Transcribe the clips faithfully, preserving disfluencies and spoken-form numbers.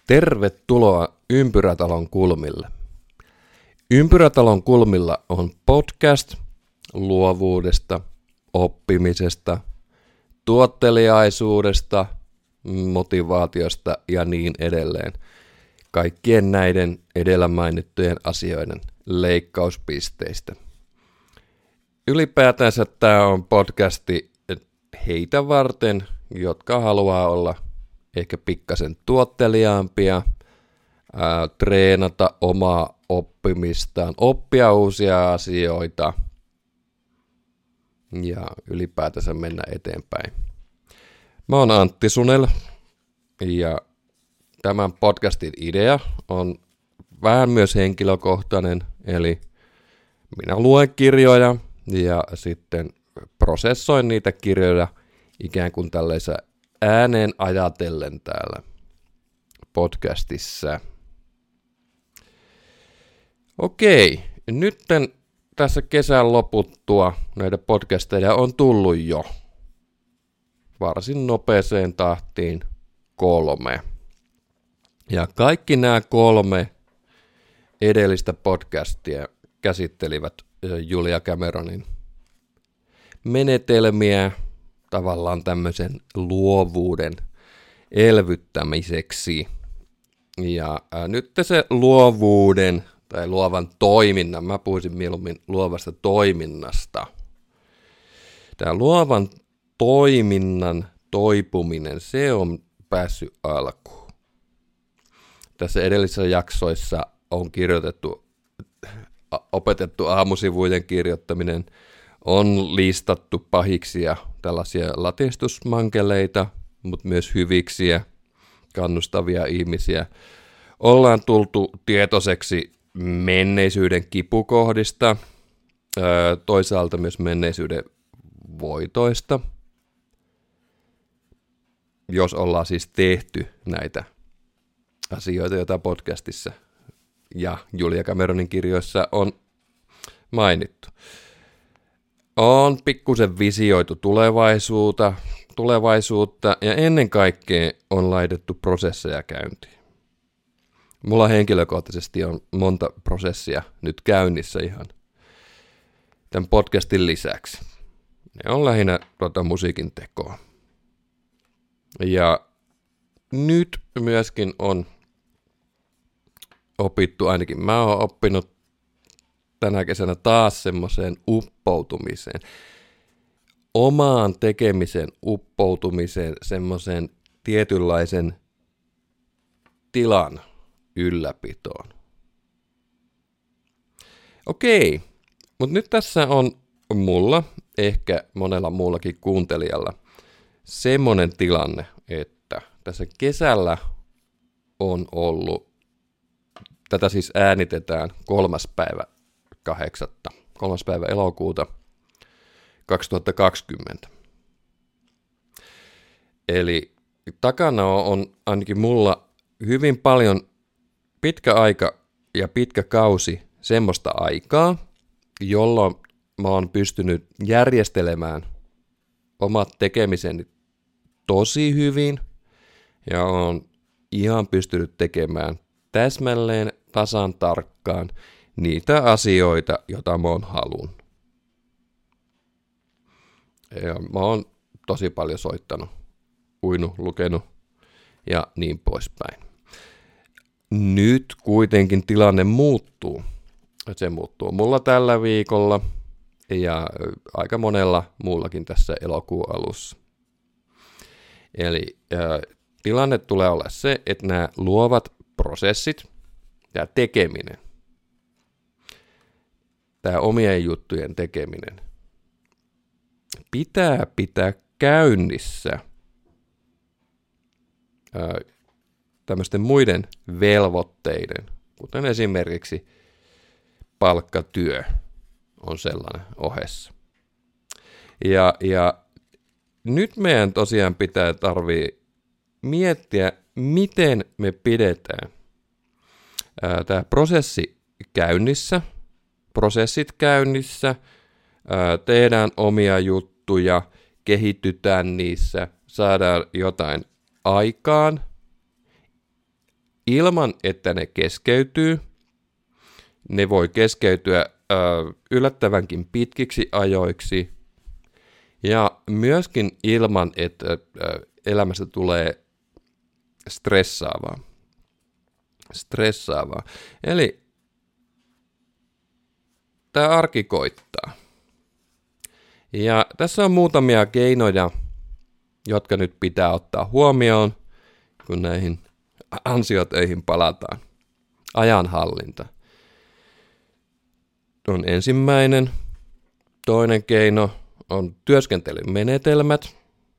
Tervetuloa Ympyrätalon kulmille. Ympyrätalon kulmilla on podcast luovuudesta, oppimisesta, tuotteliaisuudesta, motivaatiosta ja niin edelleen. Kaikkien näiden edellä mainittujen asioiden leikkauspisteistä. Ylipäätänsä tämä on podcasti heitä varten, jotka haluaa olla ehkä pikkasen tuotteliaampia, ää, treenata omaa oppimistaan, oppia uusia asioita ja ylipäätänsä mennä eteenpäin. Mä oon Antti Sunel ja tämän podcastin idea on vähän myös henkilökohtainen, eli minä luen kirjoja ja sitten prosessoin niitä kirjoja ikään kuin tällaisessa ääneen ajatellen täällä podcastissa. Okei, nytten tässä kesän loputtua näitä podcasteja on tullut jo varsin nopeeseen tahtiin kolme. Ja kaikki nämä kolme edellistä podcastia käsittelivät Julia Cameronin menetelmiä tavallaan tämmöisen luovuuden elvyttämiseksi. Ja ää, nyt se luovuuden tai luovan toiminnan, mä puhuisin mieluummin luovasta toiminnasta. Tämä luovan toiminnan toipuminen, se on päässyt alkuun. Tässä edellisissä jaksoissa on kirjoitettu, opetettu aamusivujen kirjoittaminen, on listattu pahiksia, tällaisia latistusmankeleita, mutta myös hyviksiä, kannustavia ihmisiä. Ollaan tultu tietoiseksi menneisyyden kipukohdista, toisaalta myös menneisyyden voitoista, jos ollaan siis tehty näitä asioita, joita podcastissa ja Julia Cameronin kirjoissa on mainittu. On pikkusen visioitu tulevaisuutta, tulevaisuutta ja ennen kaikkea on laitettu prosesseja käyntiin. Mulla henkilökohtaisesti on monta prosessia nyt käynnissä ihan tämän podcastin lisäksi. Ne on lähinnä tuota musiikin tekoa. Ja nyt myöskin on opittu, ainakin mä oon oppinut tänä kesänä taas semmoiseen uppoutumiseen, omaan tekemisen uppoutumiseen, semmoisen tietynlaisen tilan ylläpitoon. Okei, mutta nyt tässä on mulla, ehkä monella muullakin kuuntelijalla, semmoinen tilanne, että tässä kesällä on ollut, tätä siis äänitetään kolmas päivä kahdeksatta, kolmas päivä elokuuta kaksituhattakaksikymmentä. Eli takana on ainakin mulla hyvin paljon pitkä aika ja pitkä kausi semmoista aikaa, jolloin mä oon pystynyt järjestelemään omat tekemiseni tosi hyvin ja oon ihan pystynyt tekemään täsmälleen tasan tarkkaan niitä asioita, joita mä oon halunnut. Ja mä oon tosi paljon soittanut, uinut, lukenut ja niin poispäin. Nyt kuitenkin tilanne muuttuu. Se muuttuu mulla tällä viikolla ja aika monella muullakin tässä elokuun alussa. Eli äh, tilanne tulee olla se, että nämä luovat prosessit, tämä tekeminen, tämä omien juttujen tekeminen, pitää pitää käynnissä ää, tämmöisten muiden velvoitteiden, kuten esimerkiksi palkkatyö on sellainen ohessa. Ja, ja nyt meidän tosiaan pitää tarvii miettiä, miten me pidetään ää, tämä prosessi käynnissä, prosessit käynnissä, ää, tehdään omia juttuja, kehitytään niissä, saadaan jotain aikaan, ilman, että ne keskeytyy. Ne voi keskeytyä ö, yllättävänkin pitkiksi ajoiksi. Ja myöskin ilman, että ö, elämästä tulee stressaavaa. Stressaavaa. Eli tämä arki koittaa. Ja tässä on muutamia keinoja, jotka nyt pitää ottaa huomioon, kun näihin ansiotöihin palataan. Ajanhallinta on ensimmäinen. Toinen keino on työskentelymenetelmät.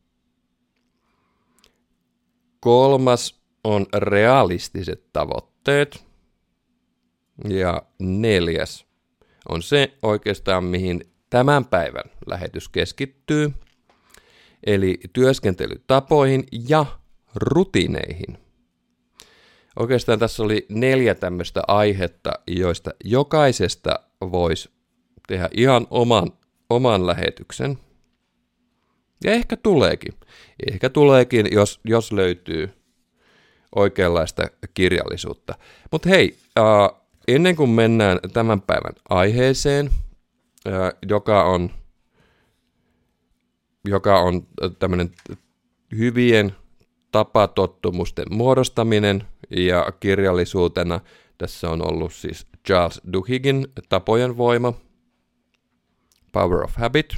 Kolmas on realistiset tavoitteet. Ja neljäs on se oikeastaan, mihin tämän päivän lähetys keskittyy, eli työskentelytapoihin ja rutiineihin. Oikeastaan tässä oli neljä tämmöistä aihetta, joista jokaisesta voisi tehdä ihan oman, oman lähetyksen. Ja ehkä tuleekin. Ehkä tuleekin, jos, jos löytyy oikeanlaista kirjallisuutta. Mutta hei, äh, ennen kuin mennään tämän päivän aiheeseen, äh, joka on, joka on tämmöinen hyvien tapatottumusten muodostaminen, ja kirjallisuutena tässä on ollut siis Charles Duhiggin Tapojen voima, Power of Habit,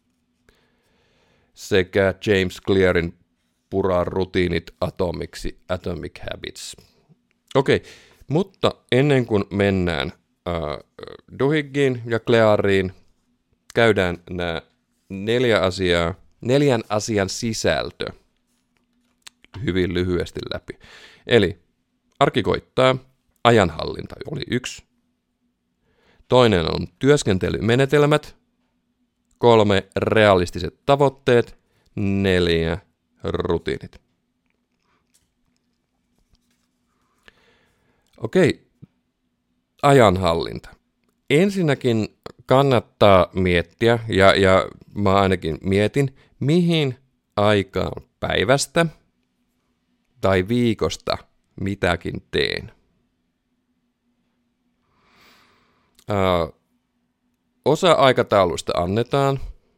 sekä James Clearin Pura rutiinit atomiksi, Atomic Habits. Okei, okay, mutta ennen kuin mennään äh, Duhiggiin ja Cleariin, käydään nämä neljä asiaa, neljän asian sisältö hyvin lyhyesti läpi. Eli arki koittaa, ajanhallinta oli yksi. Toinen on työskentelymenetelmät. Kolme, realistiset tavoitteet. Neljä, rutiinit. Okei, ajanhallinta. Ensinnäkin kannattaa miettiä, ja, ja mä ainakin mietin, mihin aikaan päivästä tai viikosta mitäkin teen. Ää, osa aikataulusta annetaan.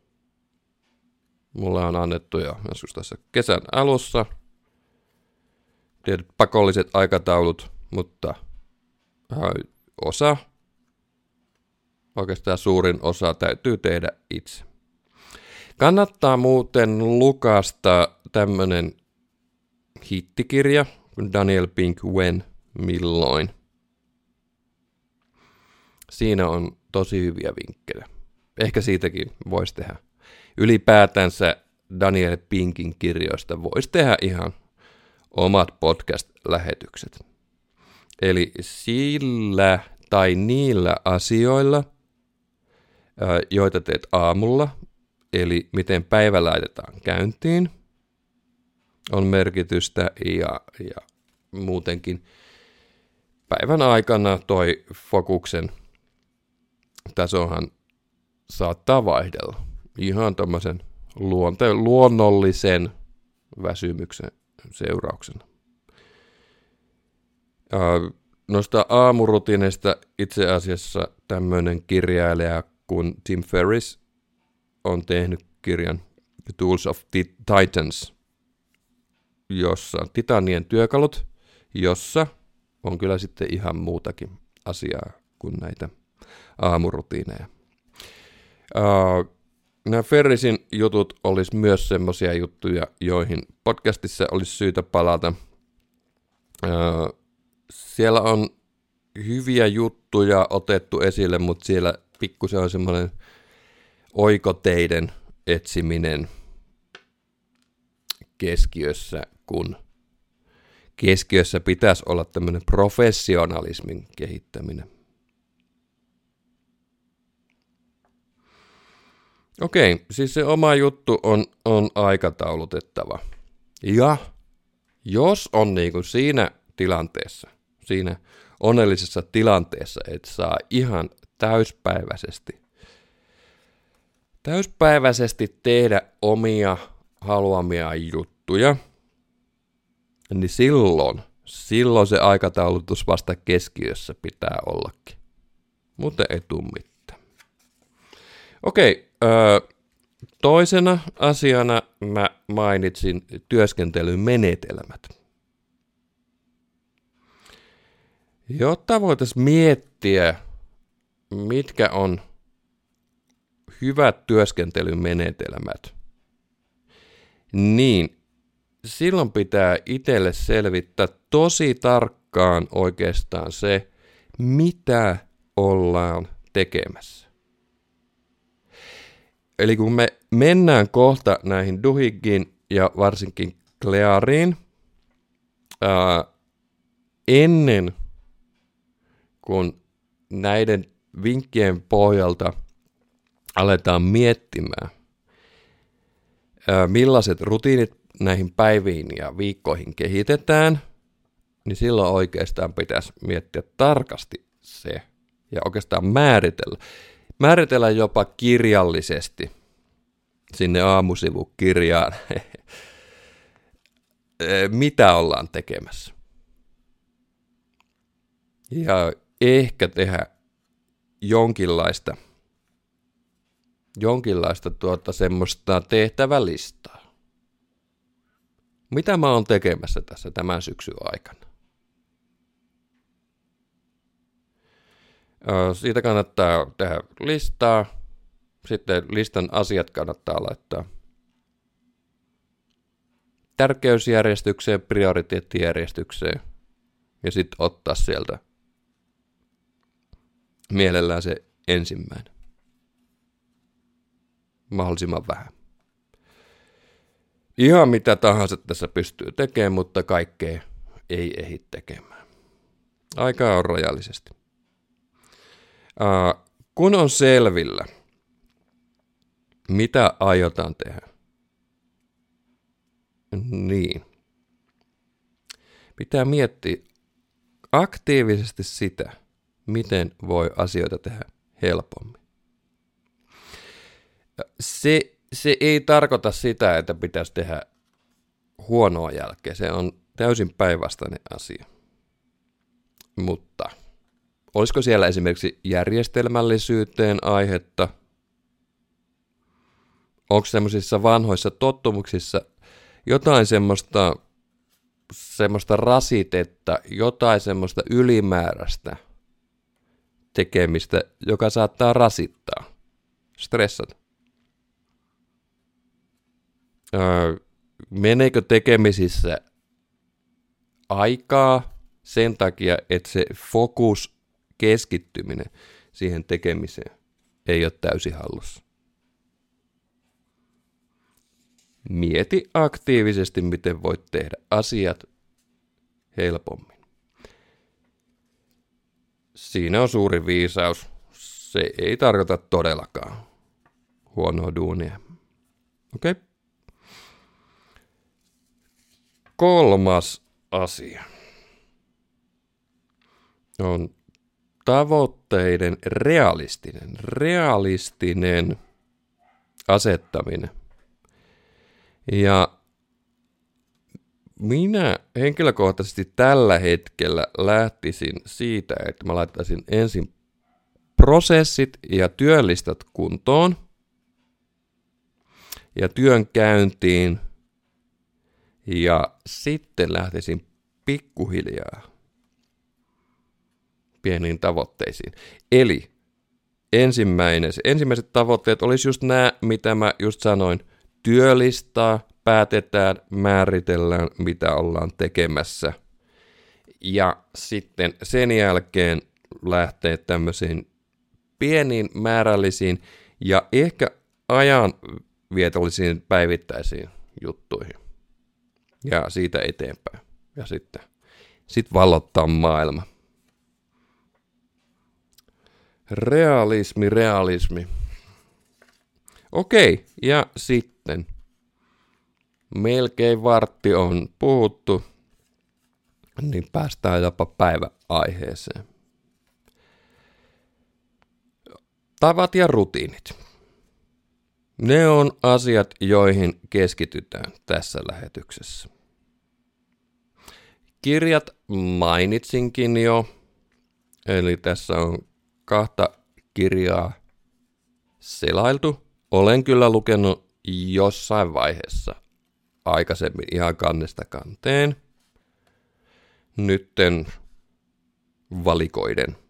Mulla on annettu jo joskus tässä kesän alussa tietyt pakolliset aikataulut, mutta ää, osa, oikeastaan suurin osa täytyy tehdä itse. Kannattaa muuten lukasta tämmönen hittikirja, Daniel Pink, When, Milloin. Siinä on tosi hyviä vinkkejä. Ehkä siitäkin voisi tehdä. Ylipäätänsä Daniel Pinkin kirjoista voisi tehdä ihan omat podcast-lähetykset. Eli sillä tai niillä asioilla, joita teet aamulla, eli miten päivä laitetaan käyntiin, on merkitystä ja, ja muutenkin päivän aikana toi fokuksen tasohan saattaa vaihdella ihan tommosen luonte- luonnollisen väsymyksen seurauksena. Äh, noista aamurutiineista itse asiassa tämmöinen kirjailija kuin Tim Ferriss on tehnyt kirjan The Tools of Titans, jossa on titanien työkalut, jossa on kyllä sitten ihan muutakin asiaa kuin näitä aamurutiineja. Uh, nämä Ferrisin jutut olisi myös semmoisia juttuja, joihin podcastissa olisi syytä palata. Uh, siellä on hyviä juttuja otettu esille, mutta siellä pikkusen on semmoinen oikoteiden etsiminen keskiössä, kun keskiössä pitäisi olla tämmöinen professionalismin kehittäminen. Okei, siis se oma juttu on, on aikataulutettava. Ja jos on niin kuin siinä tilanteessa, siinä onnellisessa tilanteessa, että saa ihan täyspäiväisesti, täyspäiväisesti tehdä omia haluamia juttuja, niin silloin Silloin se aikataulutus vasta keskiössä pitää ollakin. Muuten ei tule mitään. Okei, öö, toisena asiana mä mainitsin työskentelymenetelmät. Jotta voitaisiin miettiä, mitkä on hyvät työskentelymenetelmät, niin silloin pitää itselle selvittää tosi tarkkaan oikeastaan se, mitä ollaan tekemässä. Eli kun me mennään kohta näihin Duhiggiin ja varsinkin Cleariin, ää, ennen kun näiden vinkkien pohjalta aletaan miettimään, ää, millaiset rutiinit näihin päiviin ja viikkoihin kehitetään, niin silloin oikeastaan pitäisi miettiä tarkasti se ja oikeastaan määritellä. Määritellä jopa kirjallisesti sinne aamusivukirjaan, mitä ollaan tekemässä. Ja ehkä tehdä jonkinlaista, jonkinlaista tuota semmoista tehtävälistaa. Mitä mä oon tekemässä tässä tämän syksyn aikana? Siitä kannattaa tehdä listaa. Sitten listan asiat kannattaa laittaa tärkeysjärjestykseen, prioriteettijärjestykseen. Ja sitten ottaa sieltä mielellään se ensimmäinen. Mahdollisimman vähän. Ihan mitä tahansa tässä pystyy tekemään, mutta kaikkea ei ehdi tekemään. Aikaa on rajallisesti. Uh, kun on selvillä, mitä aiotaan tehdä, niin pitää miettiä aktiivisesti sitä, miten voi asioita tehdä helpommin. Se, se ei tarkoita sitä, että pitäisi tehdä huonoa jälkeä. Se on täysin päinvastainen asia. Mutta olisiko siellä esimerkiksi järjestelmällisyyteen aihetta? Onko semmoisissa vanhoissa tottumuksissa jotain semmoista, semmoista rasitetta, jotain semmoista ylimääräistä tekemistä, joka saattaa rasittaa, stressata? Öö, meneekö tekemisissä aikaa sen takia, että se fokus, keskittyminen siihen tekemiseen ei ole täysin hallussa? Mieti aktiivisesti, miten voit tehdä asiat helpommin. Siinä on suuri viisaus. Se ei tarkoita todellakaan huonoa duunia. Okei. Okay. Kolmas asia on tavoitteiden realistinen, realistinen asettaminen. Ja minä henkilökohtaisesti tällä hetkellä lähtisin siitä, että mä laittaisin ensin prosessit ja työlistat kuntoon ja työn käyntiin ja sitten lähtisin pikkuhiljaa pieniin tavoitteisiin. Eli ensimmäinen, ensimmäiset tavoitteet olisi just nämä, mitä mä just sanoin. Työlistaa, päätetään, määritellään, mitä ollaan tekemässä. Ja sitten sen jälkeen lähtee tämmöisiin pieniin määrällisiin ja ehkä ajanvietollisiin päivittäisiin juttuihin. Ja siitä eteenpäin. Ja sitten sit vallottaa maailma. Realismi, realismi. Okei, ja sitten melkein vartti on puhuttu, niin päästään jopa päiväaiheeseen. Tavat ja rutiinit. Ne on asiat, joihin keskitytään tässä lähetyksessä. kirjat mainitsinkin jo, eli tässä on kahta kirjaa selailtu. Olen kyllä lukenut jossain vaiheessa aikaisemmin ihan kannesta kanteen. Nytten valikoiden.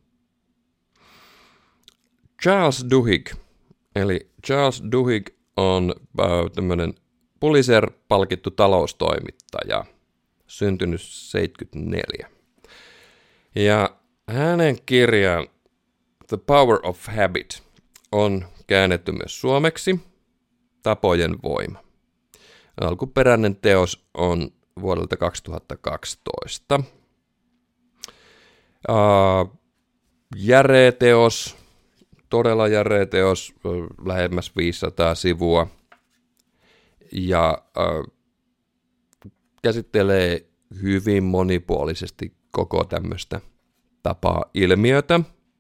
Charles Duhigg, eli Charles Duhigg on äh, tämmöinen Pulitzer-palkittu taloustoimittaja, syntynyt seitsemänkymmentäneljä. Ja hänen kirjan The Power of Habit on käännetty myös suomeksi, Tapojen voima. Alkuperäinen teos on vuodelta kaksituhattakaksitoista. Uh, järeä teos, todella järeä teos, lähemmäs viisisataa sivua. Ja uh, käsittelee hyvin monipuolisesti koko tämmöistä tapa-ilmiötä.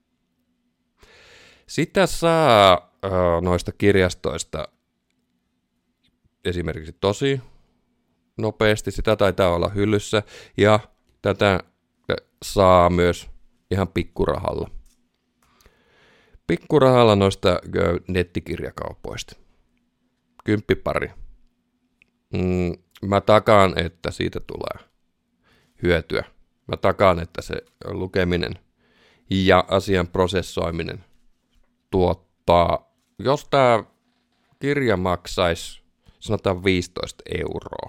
Sitä saa uh, noista kirjastoista esimerkiksi tosi nopeasti, sitä taitaa olla hyllyssä, ja tätä saa myös ihan pikkurahalla. Pikkurahalla noista nettikirjakaupoista. Kymppipari. Mm, mä takaan, että siitä tulee hyötyä. Mä takaan, että se lukeminen ja asian prosessoiminen tuottaa, jos tää kirja maksaisi sanotaan viisitoista euroa,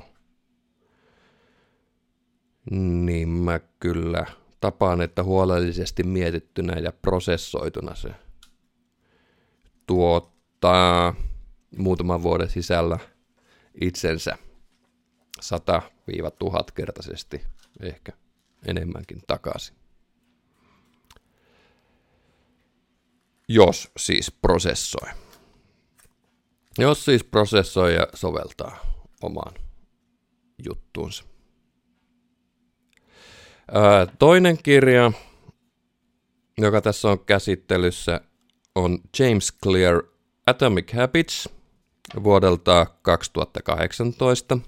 niin mä kyllä tapaan, että huolellisesti mietittynä ja prosessoituna se tuottaa muutaman vuoden sisällä itsensä sata tuhat kertaisesti, ehkä enemmänkin takaisin. Jos siis prosessoi. Jos siis prosessoi ja soveltaa omaan juttuunsa. Ää, toinen kirja, joka tässä on käsittelyssä, on James Clear Atomic Habits vuodelta kaksituhattakahdeksantoista.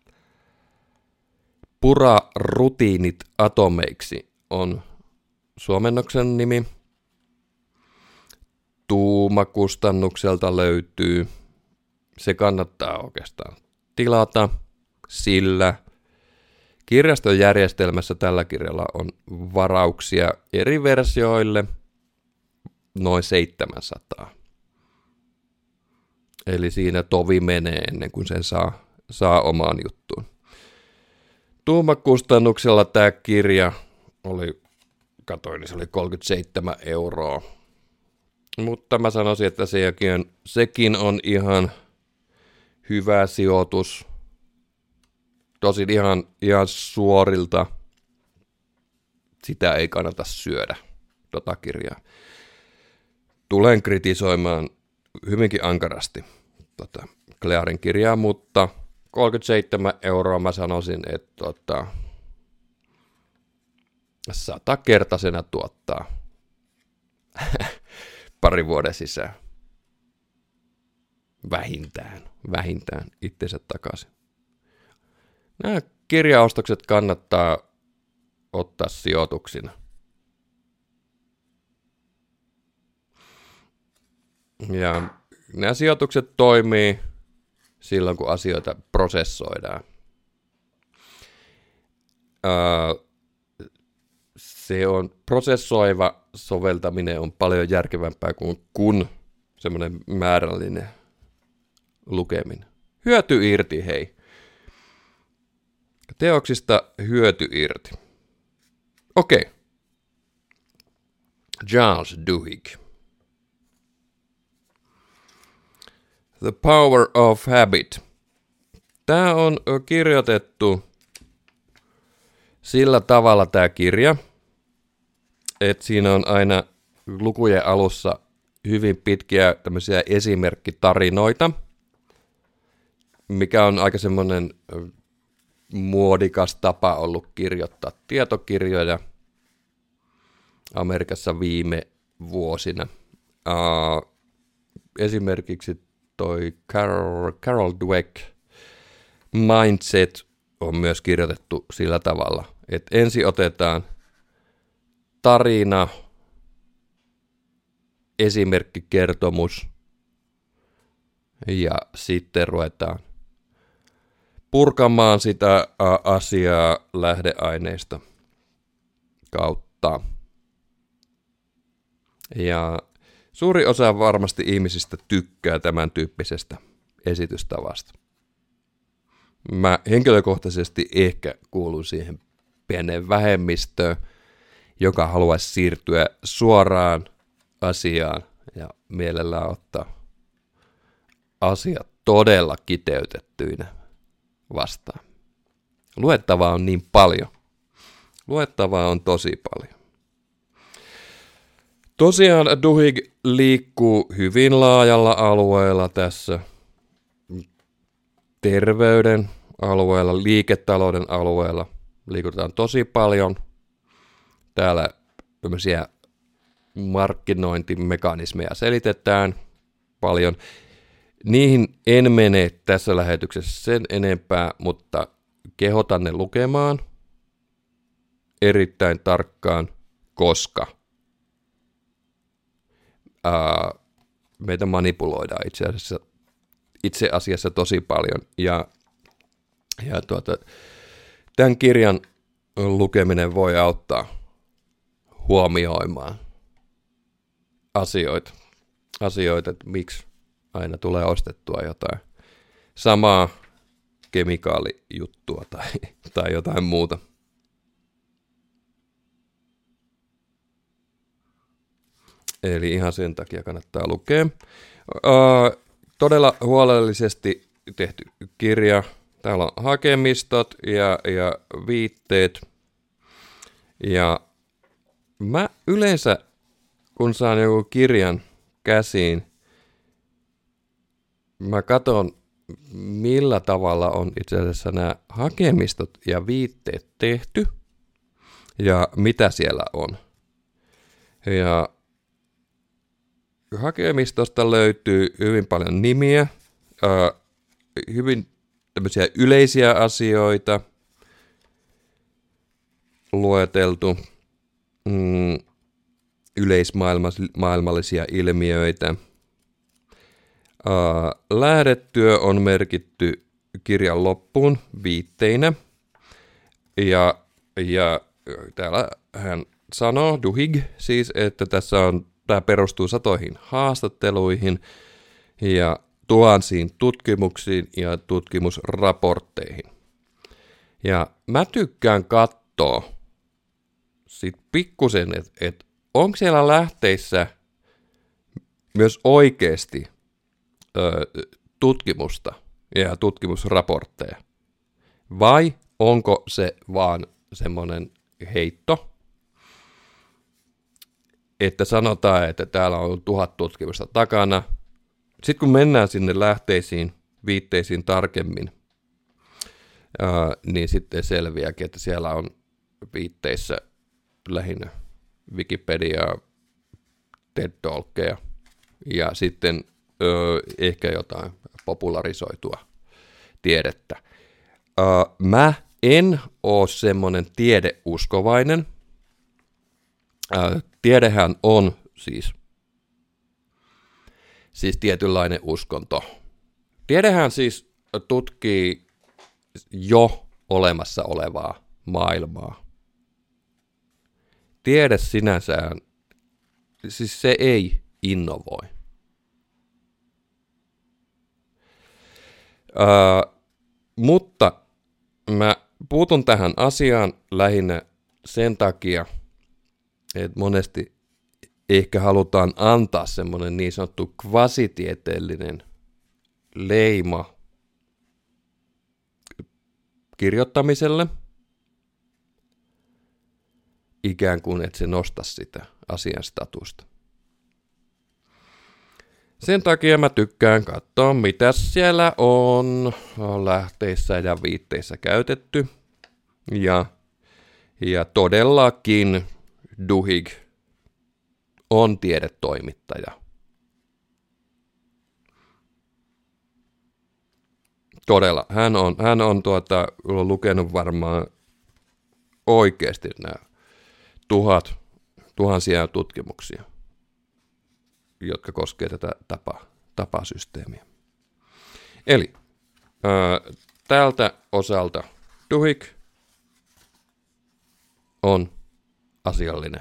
Pura rutiinit atomeiksi on suomennoksen nimi. Tuumakustannukselta löytyy. Se kannattaa oikeastaan tilata, sillä kirjastojärjestelmässä tällä kirjalla on varauksia eri versioille noin seitsemänsataa. Eli siinä tovi menee ennen kuin sen saa, saa omaan juttuun. Tuumakustannuksella tämä kirja oli, katoin, niin se oli kolmekymmentäseitsemän euroa. Mutta mä sanoisin, että sekin on, sekin on ihan hyvä sijoitus. Tosin ihan, ihan suorilta sitä ei kannata syödä, tota kirjaa. Tulen kritisoimaan hyvinkin ankarasti tota Clearin kirjaa, mutta kolmekymmentäseitsemän euroa mä sanoisin, että tota, satakertaisena tuottaa pari vuoden sisään. Vähintään, vähintään itsensä takaisin. Nämä kirjaostokset kannattaa ottaa sijoituksina. Ja nämä sijoitukset toimii silloin, kun asioita prosessoidaan. Öö, se on prosessoiva soveltaminen on paljon järkevämpää kuin, kuin semmoinen määrällinen lukeminen. Hyöty irti, hei. Teoksista hyöty irti. Okei. Okay. Charles Duhigg. The Power of Habit. Tämä on kirjoitettu sillä tavalla tämä kirja, että siinä on aina lukujen alussa hyvin pitkiä tämmöisiä esimerkkitarinoita, mikä on aika semmoinen muodikas tapa ollut kirjoittaa tietokirjoja Amerikassa viime vuosina. Uh, esimerkiksi toi Carol, Carol Dweck Mindset on myös kirjoitettu sillä tavalla, että ensin otetaan tarina, esimerkkikertomus ja sitten ruvetaan purkamaan sitä asiaa lähdeaineista kautta. Ja suuri osa varmasti ihmisistä tykkää tämän tyyppisestä esitystavasta. Mä henkilökohtaisesti ehkä kuulun siihen pieneen vähemmistöön, joka haluaisi siirtyä suoraan asiaan ja mielellään ottaa asiat todella kiteytettyinä vastaan. Luettavaa on niin paljon. Luettavaa on tosi paljon. Tosiaan Duhigg liikkuu hyvin laajalla alueella tässä. Terveyden alueella, liiketalouden alueella liikutaan tosi paljon. Täällä tämmöisiä markkinointimekanismeja selitetään paljon. Niihin en mene tässä lähetyksessä sen enempää, mutta kehotan ne lukemaan erittäin tarkkaan, koska ää, meitä manipuloidaan itse asiassa, itse asiassa tosi paljon. Ja, ja tuota, tämän kirjan lukeminen voi auttaa huomioimaan asioita, asioita, että miksi aina tulee ostettua jotain samaa kemikaalijuttua tai, tai jotain muuta. Eli ihan sen takia kannattaa lukea. Uh, todella huolellisesti tehty kirja. Täällä on hakemistot ja, ja viitteet. Ja mä yleensä, kun saan joku kirjan käsiin, mä katson, millä tavalla on itse asiassa nämä hakemistot ja viitteet tehty ja mitä siellä on. Ja hakemistosta löytyy hyvin paljon nimiä, ää, hyvin tämmöisiä yleisiä asioita lueteltu, mm, yleismaailmallisia ilmiöitä. Uh, lähdetyö on merkitty kirjan loppuun viitteinä, ja, ja täällä hän sanoo, Duhigg siis, että tässä on, tämä perustuu satoihin haastatteluihin ja tuhansiin tutkimuksiin ja tutkimusraportteihin. Ja mä tykkään katsoa sit pikkusen, että et onko siellä lähteissä myös oikeasti tutkimusta ja tutkimusraportteja, vai onko se vaan semmoinen heitto, että sanotaan, että täällä on tuhat tutkimusta takana. Sitten kun mennään sinne lähteisiin, viitteisiin tarkemmin, ää, niin sitten selviääkin, että siellä on viitteissä lähinnä Wikipediaa, TED-talkkeja ja sitten Öö, ehkä jotain popularisoitua tiedettä. Öö, mä en oo semmonen tiedeuskovainen. Öö, tiedehän on siis, siis tietynlainen uskonto. Tiedehän siis tutkii jo olemassa olevaa maailmaa. Tiede sinänsään, siis se ei innovoi. Uh, mutta mä puutun tähän asiaan lähinnä sen takia, että monesti ehkä halutaan antaa semmoinen niin sanottu kvasitieteellinen leima kirjoittamiselle, ikään kuin että se nostaisi sitä asian statusta. Sen takia mä tykkään katsoa, mitä siellä on lähteissä ja viitteissä käytetty. Ja, ja todellakin Duhigg on tiedetoimittaja. Todella. Hän on, hän on tuota, lukenut varmaan oikeasti nämä tuhat, tuhansia tutkimuksia, jotka koskevat tätä tapa, tapasysteemiä. Eli ää, tältä osalta Duhigg on asiallinen.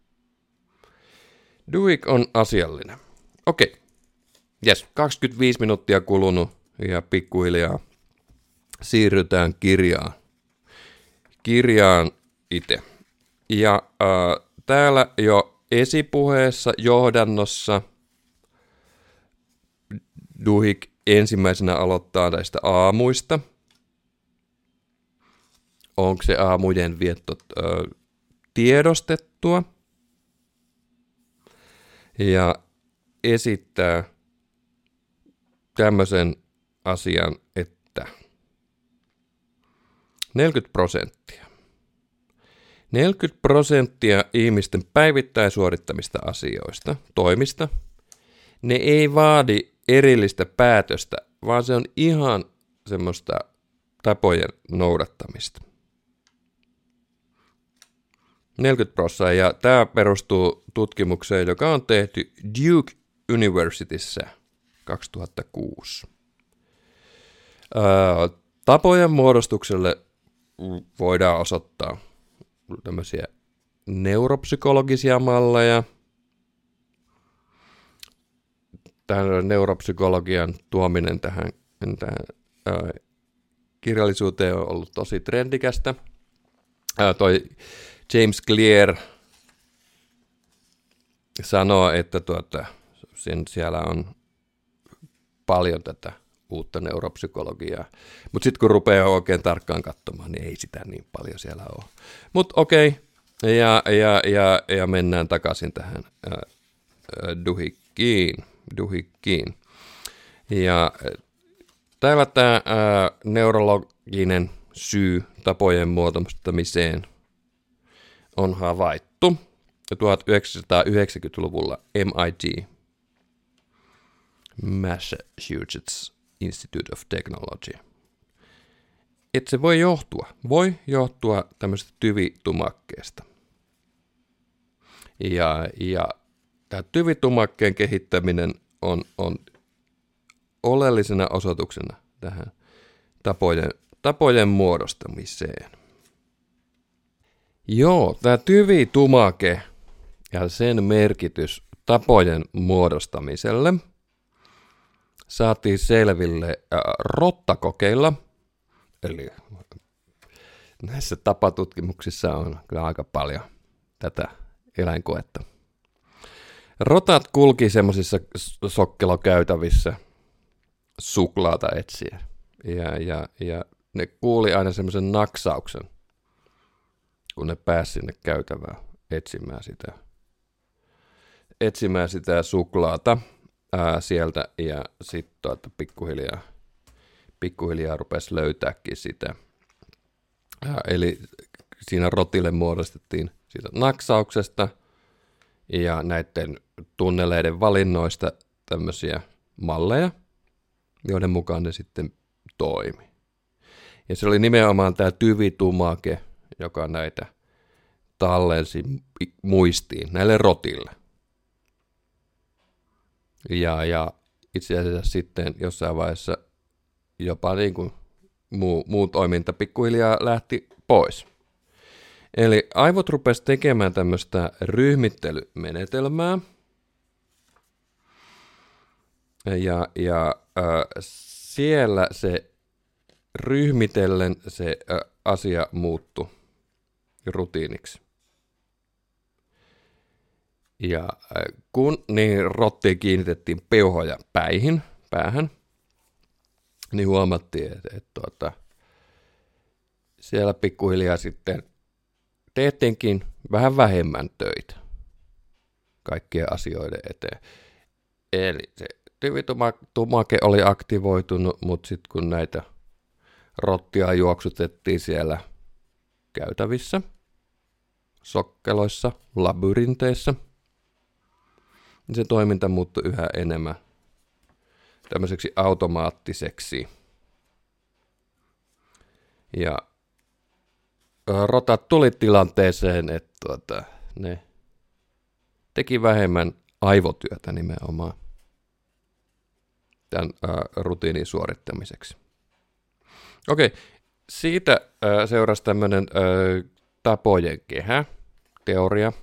Duhigg on asiallinen. Okei. Jes, kaksikymmentäviisi minuuttia kulunut ja pikkuhiljaa siirrytään kirjaan. Kirjaan itse. Ja äh, täällä jo esipuheessa, johdannossa Duhigg ensimmäisenä aloittaa näistä aamuista. Onko se aamujen vietto äh, tiedostettua? Ja esittää tämmöisen asian, että neljäkymmentä prosenttia. neljäkymmentä prosenttia ihmisten päivittäin suorittamista asioista, toimista, ne ei vaadi erillistä päätöstä, vaan se on ihan semmoista tapojen noudattamista. neljäkymmentä prosenttia, ja tämä perustuu tutkimukseen, joka on tehty Duke Universityssä kaksituhattakuusi. Ää, tapojen muodostukselle voidaan osoittaa tämmöisiä neuropsykologisia malleja. Tähän neuropsykologian tuominen tähän, tähän ää, kirjallisuuteen on ollut tosi trendikästä. Ää, toi James Clear sanoo, että tuota, sen siellä on paljon tätä uutta neuropsykologiaa. Mutta sitten kun rupeaa oikein tarkkaan katsomaan, niin ei sitä niin paljon siellä ole. Mutta okei, okay. ja, ja, ja, ja mennään takaisin tähän äh, Duhiggiin. Duhiggiin. Ja täällä tämä äh, neurologinen syy tapojen muodostamiseen on havaittu tuhatyhdeksänsataayhdeksänkymmentäluvulla M I T, Massachusetts Institute of Technology. Että se voi johtua, voi johtua tämmöisestä tyvitumakkeesta. Ja, ja tämä tyvitumakkeen kehittäminen on, on oleellisena osoituksena tähän tapojen, tapojen muodostamiseen. Joo, tämä tyvitumake ja sen merkitys tapojen muodostamiselle saatiin selville äh, rottakokeilla, eli näissä tapatutkimuksissa on kyllä aika paljon tätä eläinkoetta. Rotat kulki semmoisissa sokkelokäytävissä suklaata etsiä, ja, ja, ja ne kuuli aina semmoisen naksauksen, kun ne pääsi sinne käytävään etsimään sitä, etsimään sitä suklaata ää, sieltä, ja sitten tuota, pikkuhiljaa, pikkuhiljaa rupesi löytääkin sitä. Ää, eli siinä rotille muodostettiin siitä naksauksesta ja näiden tunneleiden valinnoista tämmöisiä malleja, joiden mukaan ne sitten toimi. Ja se oli nimenomaan tämä tyvitumake, joka näitä tallensi muistiin näille rotille. Ja, ja itse asiassa sitten jossain vaiheessa jopa niin kuin muu, muu toiminta pikkuhiljaa lähti pois. Eli aivot rupesi tekemään tämmöistä ryhmittelymenetelmää. Ja, ja äh, siellä se ryhmitellen se äh, asia muuttui rutiiniksi. Ja kun niin rottiin kiinnitettiin peuhoja päihin, päähän, niin huomattiin, että, että tuota, siellä pikkuhiljaa sitten tehtiinkin vähän vähemmän töitä kaikkien asioiden eteen. Eli se tyvitumake oli aktivoitunut, mutta sitten kun näitä rottia juoksutettiin siellä käytävissä, sokkeloissa, labyrinteissä, niin se toiminta muuttui yhä enemmän tämmöiseksi automaattiseksi. Ja rotat tuli tilanteeseen, että tuota, ne teki vähemmän aivotyötä nimenomaan tämän ää, rutiinin suorittamiseksi. Okei, siitä ää, seurasi tämmöinen ää, tapojen kehä, teoria.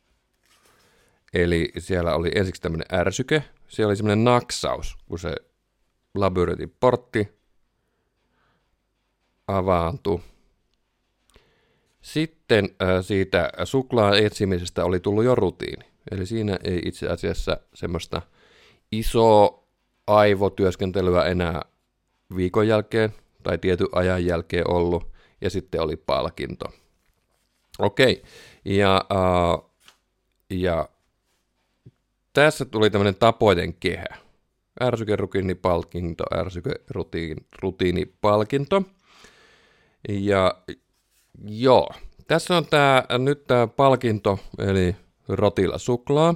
Eli siellä oli ensiksi tämmöinen ärsyke, siellä oli semmoinen naksaus, kun se labyrintin portti avaantui. Sitten ää, siitä suklaan etsimisestä oli tullut jo rutiini. Eli siinä ei itse asiassa semmoista isoa aivotyöskentelyä enää viikon jälkeen tai tietyn ajan jälkeen ollut. Ja sitten oli palkinto. Okei, ja, ää, ja tässä tuli tämmöinen tapojen kehä. Ärsyke, rutiini, palkinto, ärsyke, rutiini, rutiini, palkinto. Ja joo, tässä on tää, nyt tämä palkinto, eli rotilla suklaa.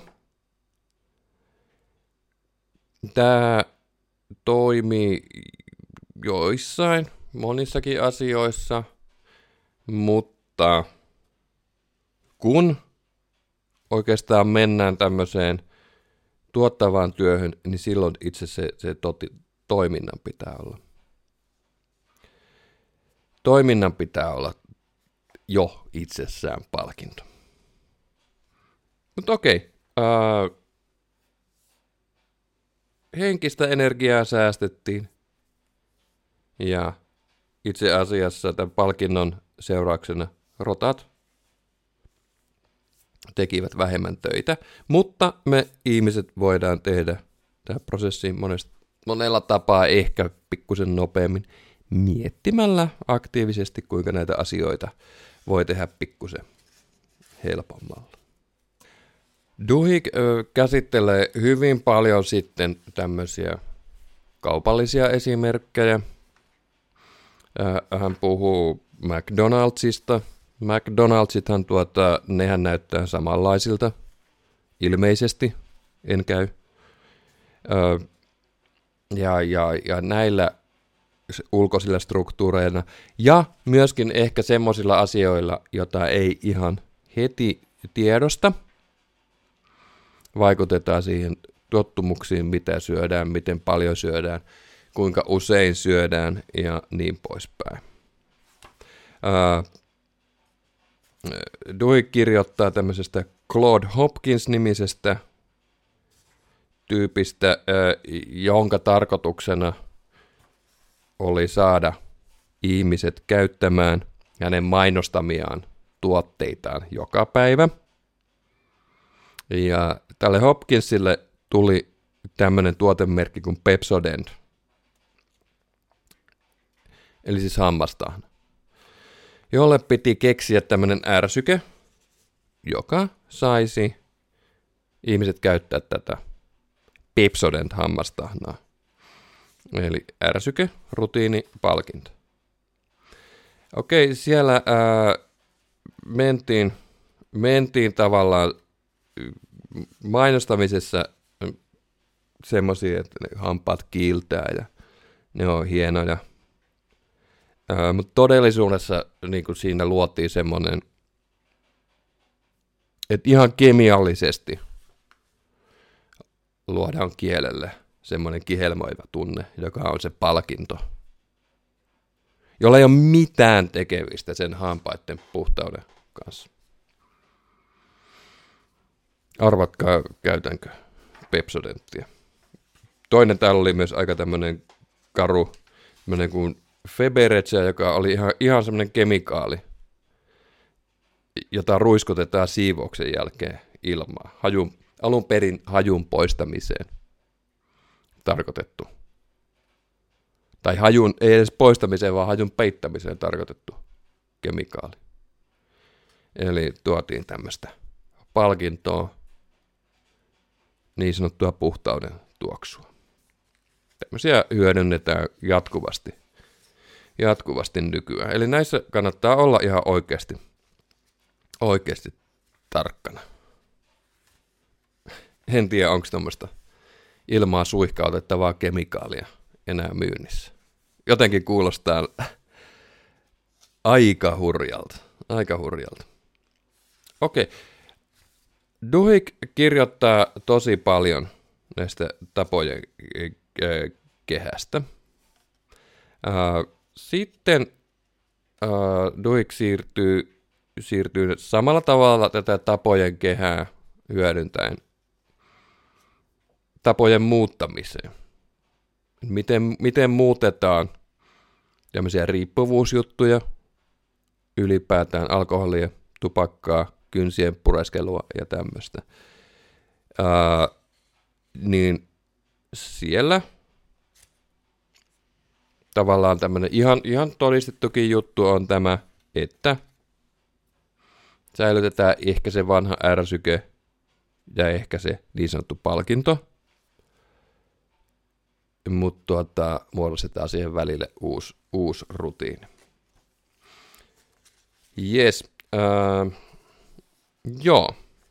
Tämä toimii joissain, monissakin asioissa, mutta kun oikeastaan mennään tämmöiseen tuottavaan työhön, niin silloin itse se, se toti, toiminnan pitää olla. Toiminnan pitää olla jo itsessään palkinto. Mutta okei, äh, henkistä energiaa säästettiin ja itse asiassa tämän palkinnon seurauksena rotat tekivät vähemmän töitä, mutta me ihmiset voidaan tehdä tämä prosessi monesta, monella tapaa ehkä pikkusen nopeammin miettimällä aktiivisesti, kuinka näitä asioita voi tehdä pikkusen helpommalla. Duhigg ö, käsittelee hyvin paljon sitten tämmöisiä kaupallisia esimerkkejä. Ö, hän puhuu McDonaldsista. McDonaldsithan tuota, nehän näyttää samanlaisilta, ilmeisesti, en käy. Ö, ja, ja, ja näillä ulkoisilla struktuureilla ja myöskin ehkä semmoisilla asioilla, jota ei ihan heti tiedosta, vaikutetaan siihen tottumuksiin, mitä syödään, miten paljon syödään, kuinka usein syödään ja niin poispäin. Duhigg kirjoittaa tämmöisestä Claude Hopkins-nimisestä tyypistä, ää, jonka tarkoituksena oli saada ihmiset käyttämään hänen mainostamiaan tuotteitaan joka päivä. Ja tälle Hopkinsille tuli tämmöinen tuotemerkki kuin Pepsodent, eli siis hammastahna, jolle piti keksiä tämmöinen ärsyke, joka saisi ihmiset käyttää tätä Pepsodent hammastahnaa. Eli ärsyke, rutiini, palkinto. Okei, siellä ää, mentiin, mentiin tavallaan mainostamisessa semmoisia, että ne hampaat kiiltää ja ne on hienoja. Ää, mutta todellisuudessa niin kuin siinä luotiin semmoinen, että ihan kemiallisesti luodaan kielelle semmoinen kihelmoiva tunne, joka on se palkinto, jolla ei ole mitään tekemistä sen hampaiden puhtauden kanssa. Arvatkaa, käytänkö Pepsodenttia. Toinen täällä oli myös aika tämmöinen karu, tämmöinen kuin Feberecia, joka oli ihan, ihan semmoinen kemikaali, jota ruiskutetaan siivouksen jälkeen ilmaan. Hajun, alun perin hajun poistamiseen tarkoitettu. Tai hajun, ei edes poistamiseen, vaan hajun peittämiseen tarkoitettu kemikaali. Eli tuotiin tämmöistä palkintoa, niin sanottua puhtauden tuoksua. Tämmöisiä hyödynnetään jatkuvasti, jatkuvasti nykyään. Eli näissä kannattaa olla ihan oikeasti, oikeasti tarkkana. En tiedä, onko tämmöistä ilmaa suihkautettavaa kemikaalia enää myynnissä. Jotenkin kuulostaa Aika hurjalta, aika hurjalta. Okei, Duhigg kirjoittaa tosi paljon näistä tapojen kehästä. Sitten Duhigg siirtyy, siirtyy samalla tavalla tätä tapojen kehää hyödyntäen tapojen muuttamiseen. Miten, miten muutetaan tämmöisiä riippuvuusjuttuja, ylipäätään alkoholia, tupakkaa, kynsien pureskelua ja tämmöistä. Ää, niin siellä tavallaan tämmöinen ihan, ihan todistettukin juttu on tämä, että säilytetään ehkä se vanha ärsyke ja ehkä se niin sanottu palkinto, mutta tuota, muodostetaan siihen välille uusi, uusi rutiini. Jes, äh, joo.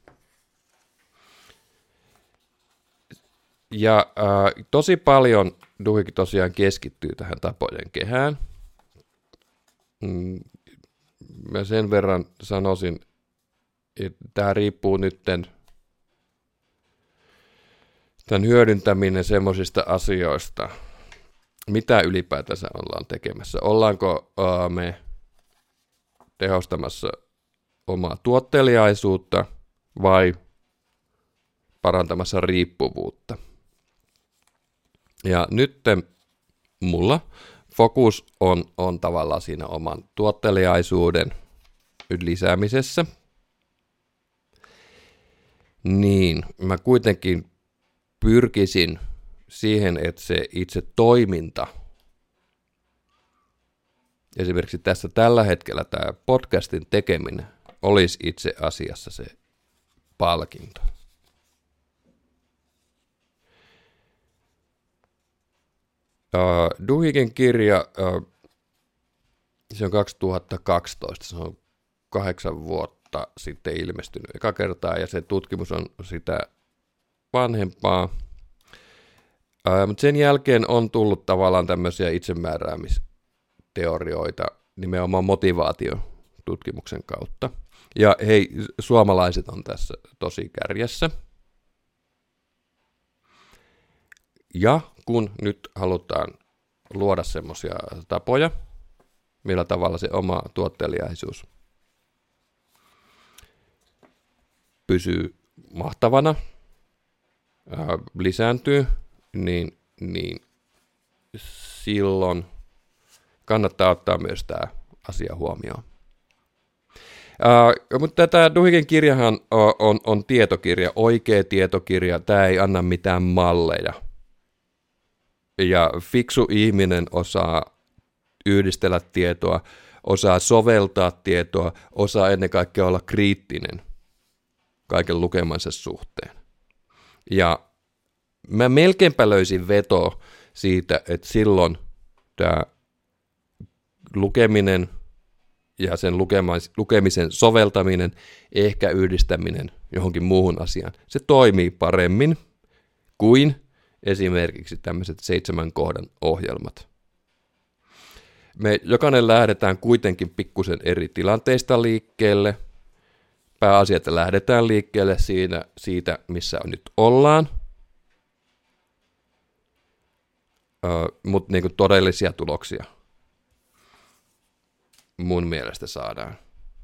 Ja äh, tosi paljon Duhigg tosiaan keskittyy tähän tapojen kehään. Mm, mä sen verran sanoisin, että tämä riippuu nytten tämän hyödyntäminen semmoisista asioista, mitä ylipäätänsä ollaan tekemässä. Ollaanko uh, me tehostamassa omaa tuotteliaisuutta vai parantamassa riippuvuutta. Ja nyt mulla fokus on, on tavallaan siinä oman tuotteliaisuuden lisäämisessä. Niin, mä kuitenkin pyrkisin siihen, että se itse toiminta, esimerkiksi tässä tällä hetkellä tämä podcastin tekeminen, olisi itse asiassa se palkinto. Uh, Duhiggin kirja, uh, se on kaksituhattakaksitoista, se on kahdeksan vuotta sitten ilmestynyt eka kertaa, ja se tutkimus on sitä vanhempaa. Uh, mutta sen jälkeen on tullut tavallaan tämmöisiä itsemääräämisteorioita nimenomaan motivaatiotutkimuksen kautta. Ja hei, suomalaiset on tässä tosi kärjessä. Ja kun nyt halutaan luoda semmoisia tapoja, millä tavalla se oma tuotteliaisuus pysyy mahtavana, ää, lisääntyy, niin, niin silloin kannattaa ottaa myös tämä asia huomioon. Uh, mutta tämä Duhiggin kirjahan on, on, on tietokirja, oikea tietokirja, tämä ei anna mitään malleja. Ja fiksu ihminen osaa yhdistellä tietoa, osaa soveltaa tietoa, osaa ennen kaikkea olla kriittinen kaiken lukemansa suhteen. Ja mä melkeinpä löysin vetoa siitä, että silloin tämä lukeminen ja sen lukemisen soveltaminen, ehkä yhdistäminen johonkin muuhun asiaan, se toimii paremmin kuin esimerkiksi tämmöiset seitsemän kohdan ohjelmat. Me jokainen lähdetään kuitenkin pikkusen eri tilanteista liikkeelle. Pääasia, että lähdetään liikkeelle siinä, siitä, missä nyt ollaan. Öö, mutta niinku todellisia tuloksia mun mielestä saadaan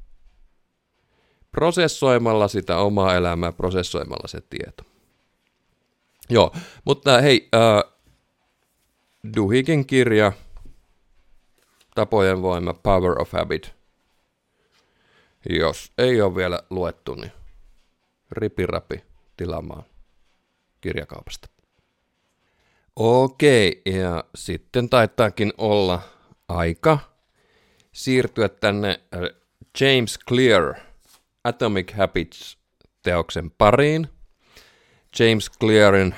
prosessoimalla sitä omaa elämää, prosessoimalla se tieto. Joo, mutta hei, äh, Duhiggin kirja, Tapojen voima, Power of Habit. Jos ei ole vielä luettu, niin ripirapi tilaamaan kirjakaupasta. Okei, ja sitten taitaakin olla aika siirtyä tänne James Clear Atomic Habits-teoksen pariin. James Clearin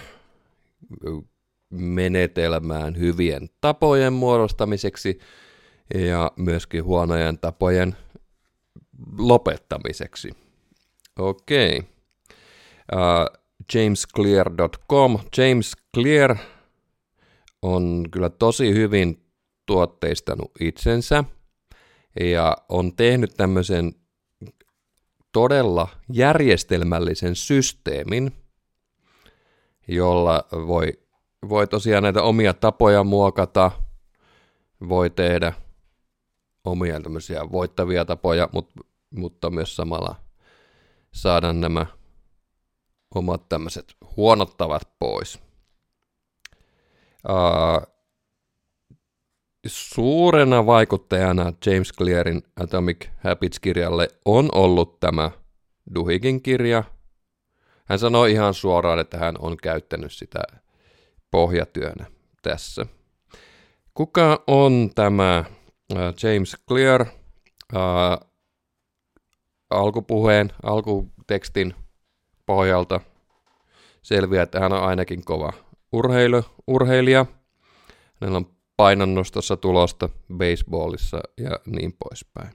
menetelmään hyvien tapojen muodostamiseksi ja myöskin huonojen tapojen lopettamiseksi. Okei. Okay. Uh, james clear dot com. James Clear on kyllä tosi hyvin tuotteistanut itsensä ja on tehnyt tämmöisen todella järjestelmällisen systeemin, jolla voi, voi tosiaan näitä omia tapoja muokata, voi tehdä omia tämmöisiä voittavia tapoja, mutta, mutta myös samalla saada nämä omat tämmöiset huonot tavat pois. Uh, suurena vaikuttajana James Clearin Atomic Habits-kirjalle on ollut tämä Duhiggin kirja. Hän sanoi ihan suoraan, että hän on käyttänyt sitä pohjatyönä tässä. Kuka on tämä uh, James Clear? Uh, alkupuheen, alkutekstin pohjalta selviää, että hän on ainakin kova urheilu, urheilija. Hänellä on painonnostossa tulosta, baseballissa ja niin poispäin.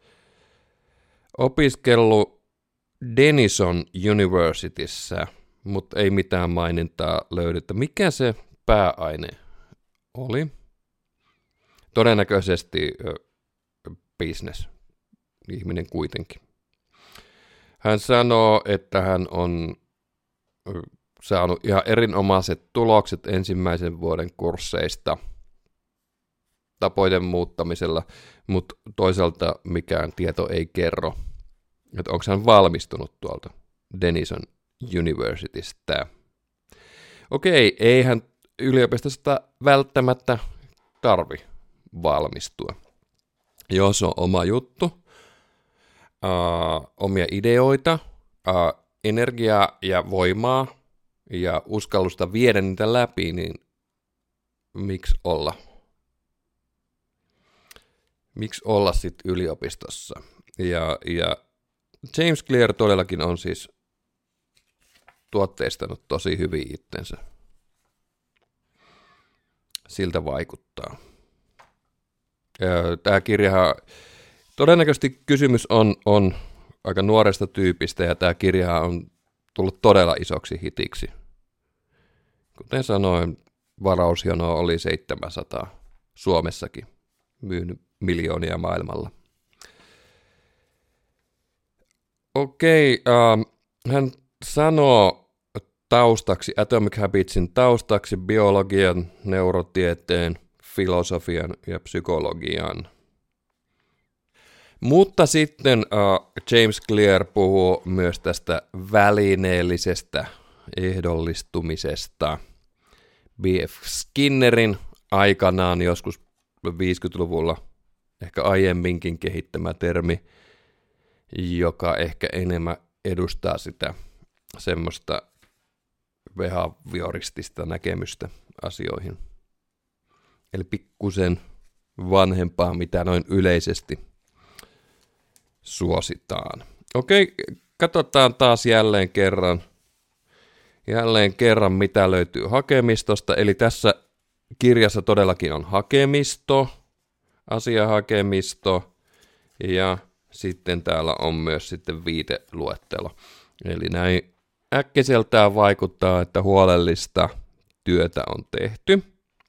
Opiskellut Denison Universityssä, mutta ei mitään mainintaa löydetä. Mikä se pääaine oli? Todennäköisesti business. Ihminen kuitenkin. Hän sanoo, että hän on saanut ihan erinomaiset tulokset ensimmäisen vuoden kursseista tapojen muuttamisella, mutta toisaalta mikään tieto ei kerro, että onko hän valmistunut tuolta Denison Universitystä. Okei, eihän yliopistosta välttämättä tarvi valmistua. Jos on oma juttu, uh, omia ideoita, uh, energiaa ja voimaa ja uskallusta viedä niitä läpi, niin miksi olla? Miksi olla sitten yliopistossa? Ja, ja James Clear todellakin on siis tuotteistanut tosi hyvin itsensä. Siltä vaikuttaa. Tämä kirjahan, todennäköisesti kysymys on, on aika nuoresta tyypistä, ja tämä kirjahan on tullut todella isoksi hitiksi. Kuten sanoin, varausjono oli seitsemänsataa Suomessakin, myynyt miljoonia maailmalla. Okei, äh, hän sanoo taustaksi, Atomic Habitsin taustaksi biologian, neurotieteen, filosofian ja psykologian. Mutta sitten uh, James Clear puhuu myös tästä välineellisestä ehdollistumisesta. B F Skinnerin aikanaan joskus viisikymmentäluvulla ehkä aiemminkin kehittämä termi, joka ehkä enemmän edustaa sitä semmoista behavioristista näkemystä asioihin. Eli pikkusen vanhempaa, mitä noin yleisesti suositaan. Okei, katsotaan taas jälleen kerran, jälleen kerran, mitä löytyy hakemistosta. Eli tässä kirjassa todellakin on hakemisto, asiahakemisto ja sitten täällä on myös sitten viiteluettelo. Eli näin äkkiseltään vaikuttaa, että huolellista työtä on tehty.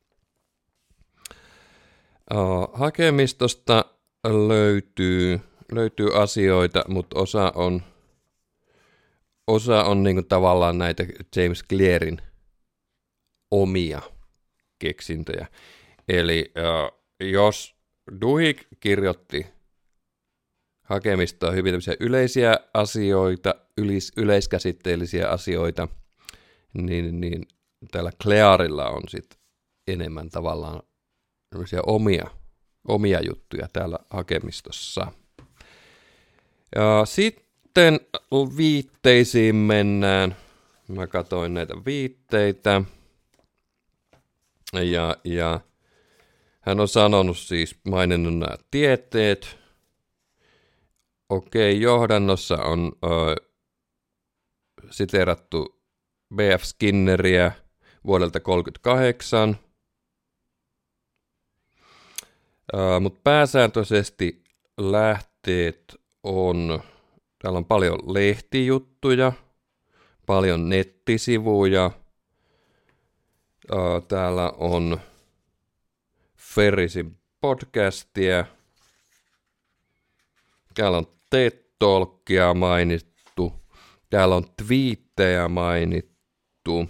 Uh, hakemistosta löytyy, löytyy asioita, mutta osa on, osa on niinku tavallaan näitä James Clearin omia keksintöjä. Eli uh, jos Duhigg kirjoitti hakemistoon hyvin tämmöisiä yleisiä asioita, ylis, yleiskäsitteellisiä asioita, niin, niin täällä Clearilla on sitten enemmän tavallaan omia, omia juttuja täällä hakemistossa. Ja sitten viitteisiin mennään. Mä katsoin näitä viitteitä. Ja, ja hän on sanonut siis, maininnut nämä tieteet. Okei, johdannossa on ö, siteerattu B F Skinneriä vuodelta kolmekymmentäkahdeksan. Uh, mutta pääsääntöisesti lähteet on, täällä on paljon lehtijuttuja, paljon nettisivuja, uh, täällä on Ferrisin podcastia, täällä on TED-talkia mainittu, täällä on twiittejä mainittu.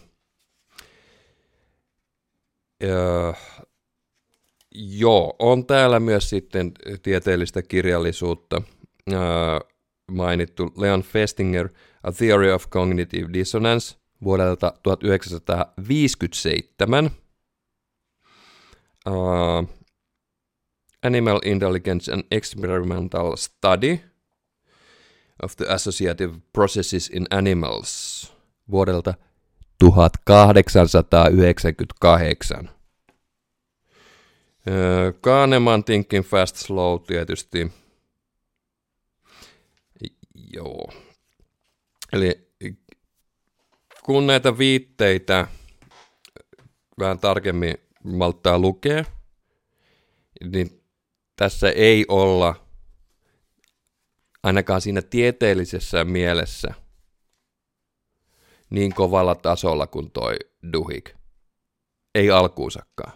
Öö, joo, on täällä myös sitten tieteellistä kirjallisuutta öö, mainittu. Leon Festinger, A Theory of Cognitive Dissonance vuodelta tuhatyhdeksänsataaviisikymmentäseitsemän. Uh, Animal Intelligence and Experimental Study of the Associative Processes in Animals vuodelta tuhatkahdeksansataayhdeksänkymmentäkahdeksan. Uh, Kahneman Thinking Fast Slow tietysti. Joo. Eli kun näitä viitteitä vähän tarkemmin malttaa lukea, niin tässä ei olla ainakaan siinä tieteellisessä mielessä niin kovalla tasolla kuin toi Duhigg. Ei alkuunsakaan.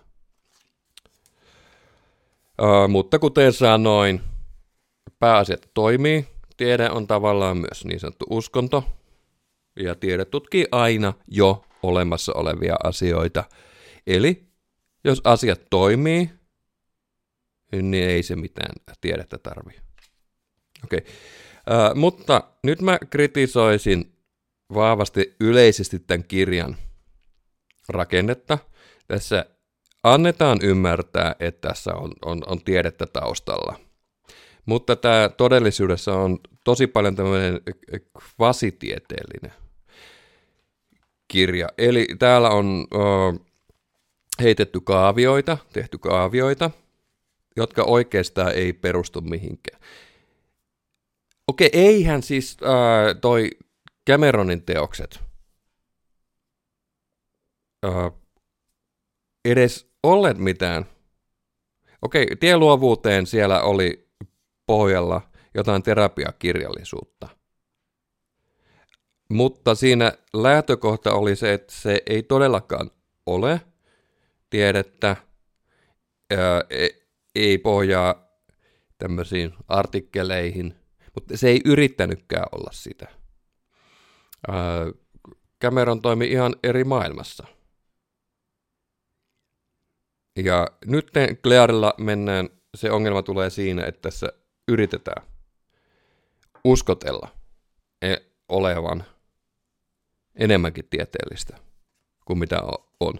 Uh, mutta kuten sanoin, pääasiat toimii. Tiede on tavallaan myös niin sanottu uskonto. Ja tiede tutkii aina jo olemassa olevia asioita. Eli jos asiat toimii, niin ei se mitään tiedettä tarvii. Okei. Uh, mutta nyt mä kritisoisin vahvasti yleisesti tämän kirjan rakennetta. Tässä annetaan ymmärtää, että tässä on, on, on tiedettä taustalla. Mutta tämä todellisuudessa on tosi paljon tämmöinen kvasitieteellinen kirja. Eli täällä on uh, heitetty kaavioita, tehty kaavioita, jotka oikeastaan ei perustu mihinkään. Okei, eihän siis uh, toi Cameronin teokset uh, edes olleet mitään. Okei, tieluovuuteen siellä oli pohjalla jotain terapiakirjallisuutta. Mutta siinä lähtökohta oli se, että se ei todellakaan ole tiedettä, ää, ei pohjaa tämmöisiin artikkeleihin, mutta se ei yrittänytkään olla sitä. Ää, Cameron toimi ihan eri maailmassa. Ja nyt Clearilla mennään, se ongelma tulee siinä, että tässä yritetään uskotella olevan enemmänkin tieteellistä kuin mitä on.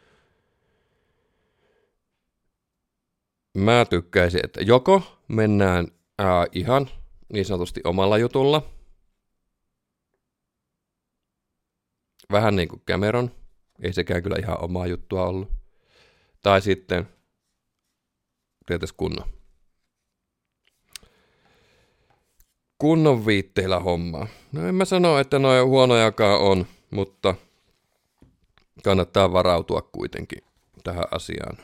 Mä tykkäisin, että joko mennään ää, ihan niin sanotusti omalla jutulla, vähän niin kuin Cameron, ei sekään kyllä ihan omaa juttua ollut, tai sitten tietysti kunnon. Kunnon viitteillä hommaa. No en mä sano, että noin huonojakaan on, mutta kannattaa varautua kuitenkin tähän asiaan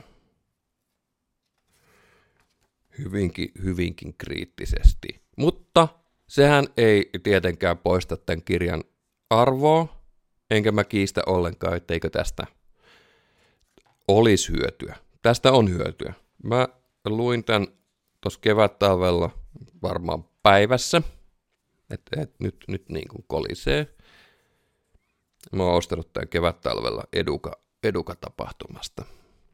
hyvinkin, hyvinkin kriittisesti. Mutta sehän ei tietenkään poista tämän kirjan arvoa, enkä mä kiistä ollenkaan, etteikö tästä olisi hyötyä. Tästä on hyötyä. Mä luin tämän tuossa kevättalvella varmaan päivässä, että et nyt, nyt niin kuin kolisee. Mä oon ostanut tämän kevättalvella Eduka, Eduka-tapahtumasta.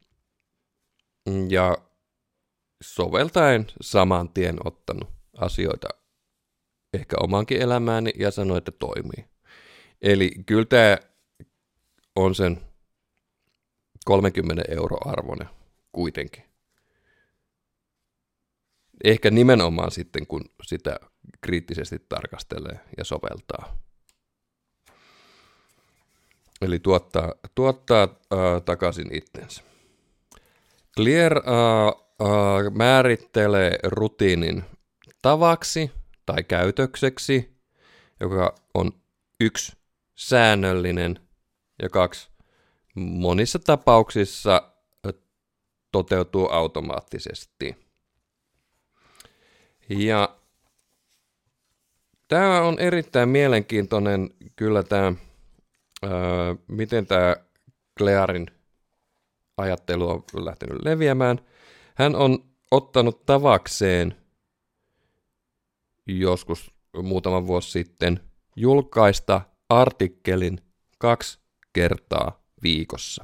Ja soveltaen saman tien ottanut asioita ehkä omankin elämääni ja sanoin, että toimii. Eli kyllä tämä on sen kolmekymmentä euro arvoinen kuitenkin. Ehkä nimenomaan sitten, kun sitä kriittisesti tarkastelee ja soveltaa. Eli tuottaa, tuottaa äh, takaisin itsensä. Clear äh, äh, määrittelee rutiinin tavaksi tai käytökseksi, joka on yksi säännöllinen ja kaksi monissa tapauksissa toteutuu automaattisesti. Ja tämä on erittäin mielenkiintoinen kyllä tämä, ää, miten tämä Clearin ajattelu on lähtenyt leviämään. Hän on ottanut tavakseen joskus muutama vuosi sitten julkaista artikkelin kaksi kertaa viikossa.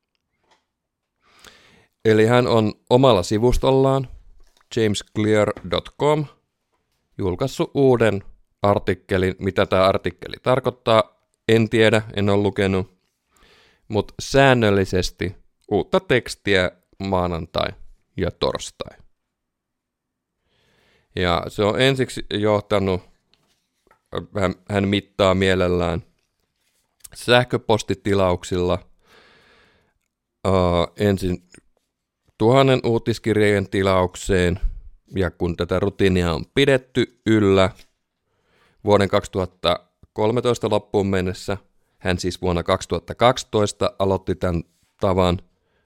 Eli hän on omalla sivustollaan james clear dot com julkaissut uuden artikkelin. Mitä tämä artikkeli tarkoittaa, en tiedä, en ole lukenut, mutta säännöllisesti uutta tekstiä maanantai ja torstai. Ja se on ensiksi johtanut, hän, hän mittaa mielellään sähköpostitilauksilla uh, ensin tuhannen uutiskirjeen tilaukseen, ja kun tätä rutiinia on pidetty yllä vuoden kaksituhattakolmetoista loppuun mennessä, hän siis vuonna kaksituhattakaksitoista aloitti tämän tavan,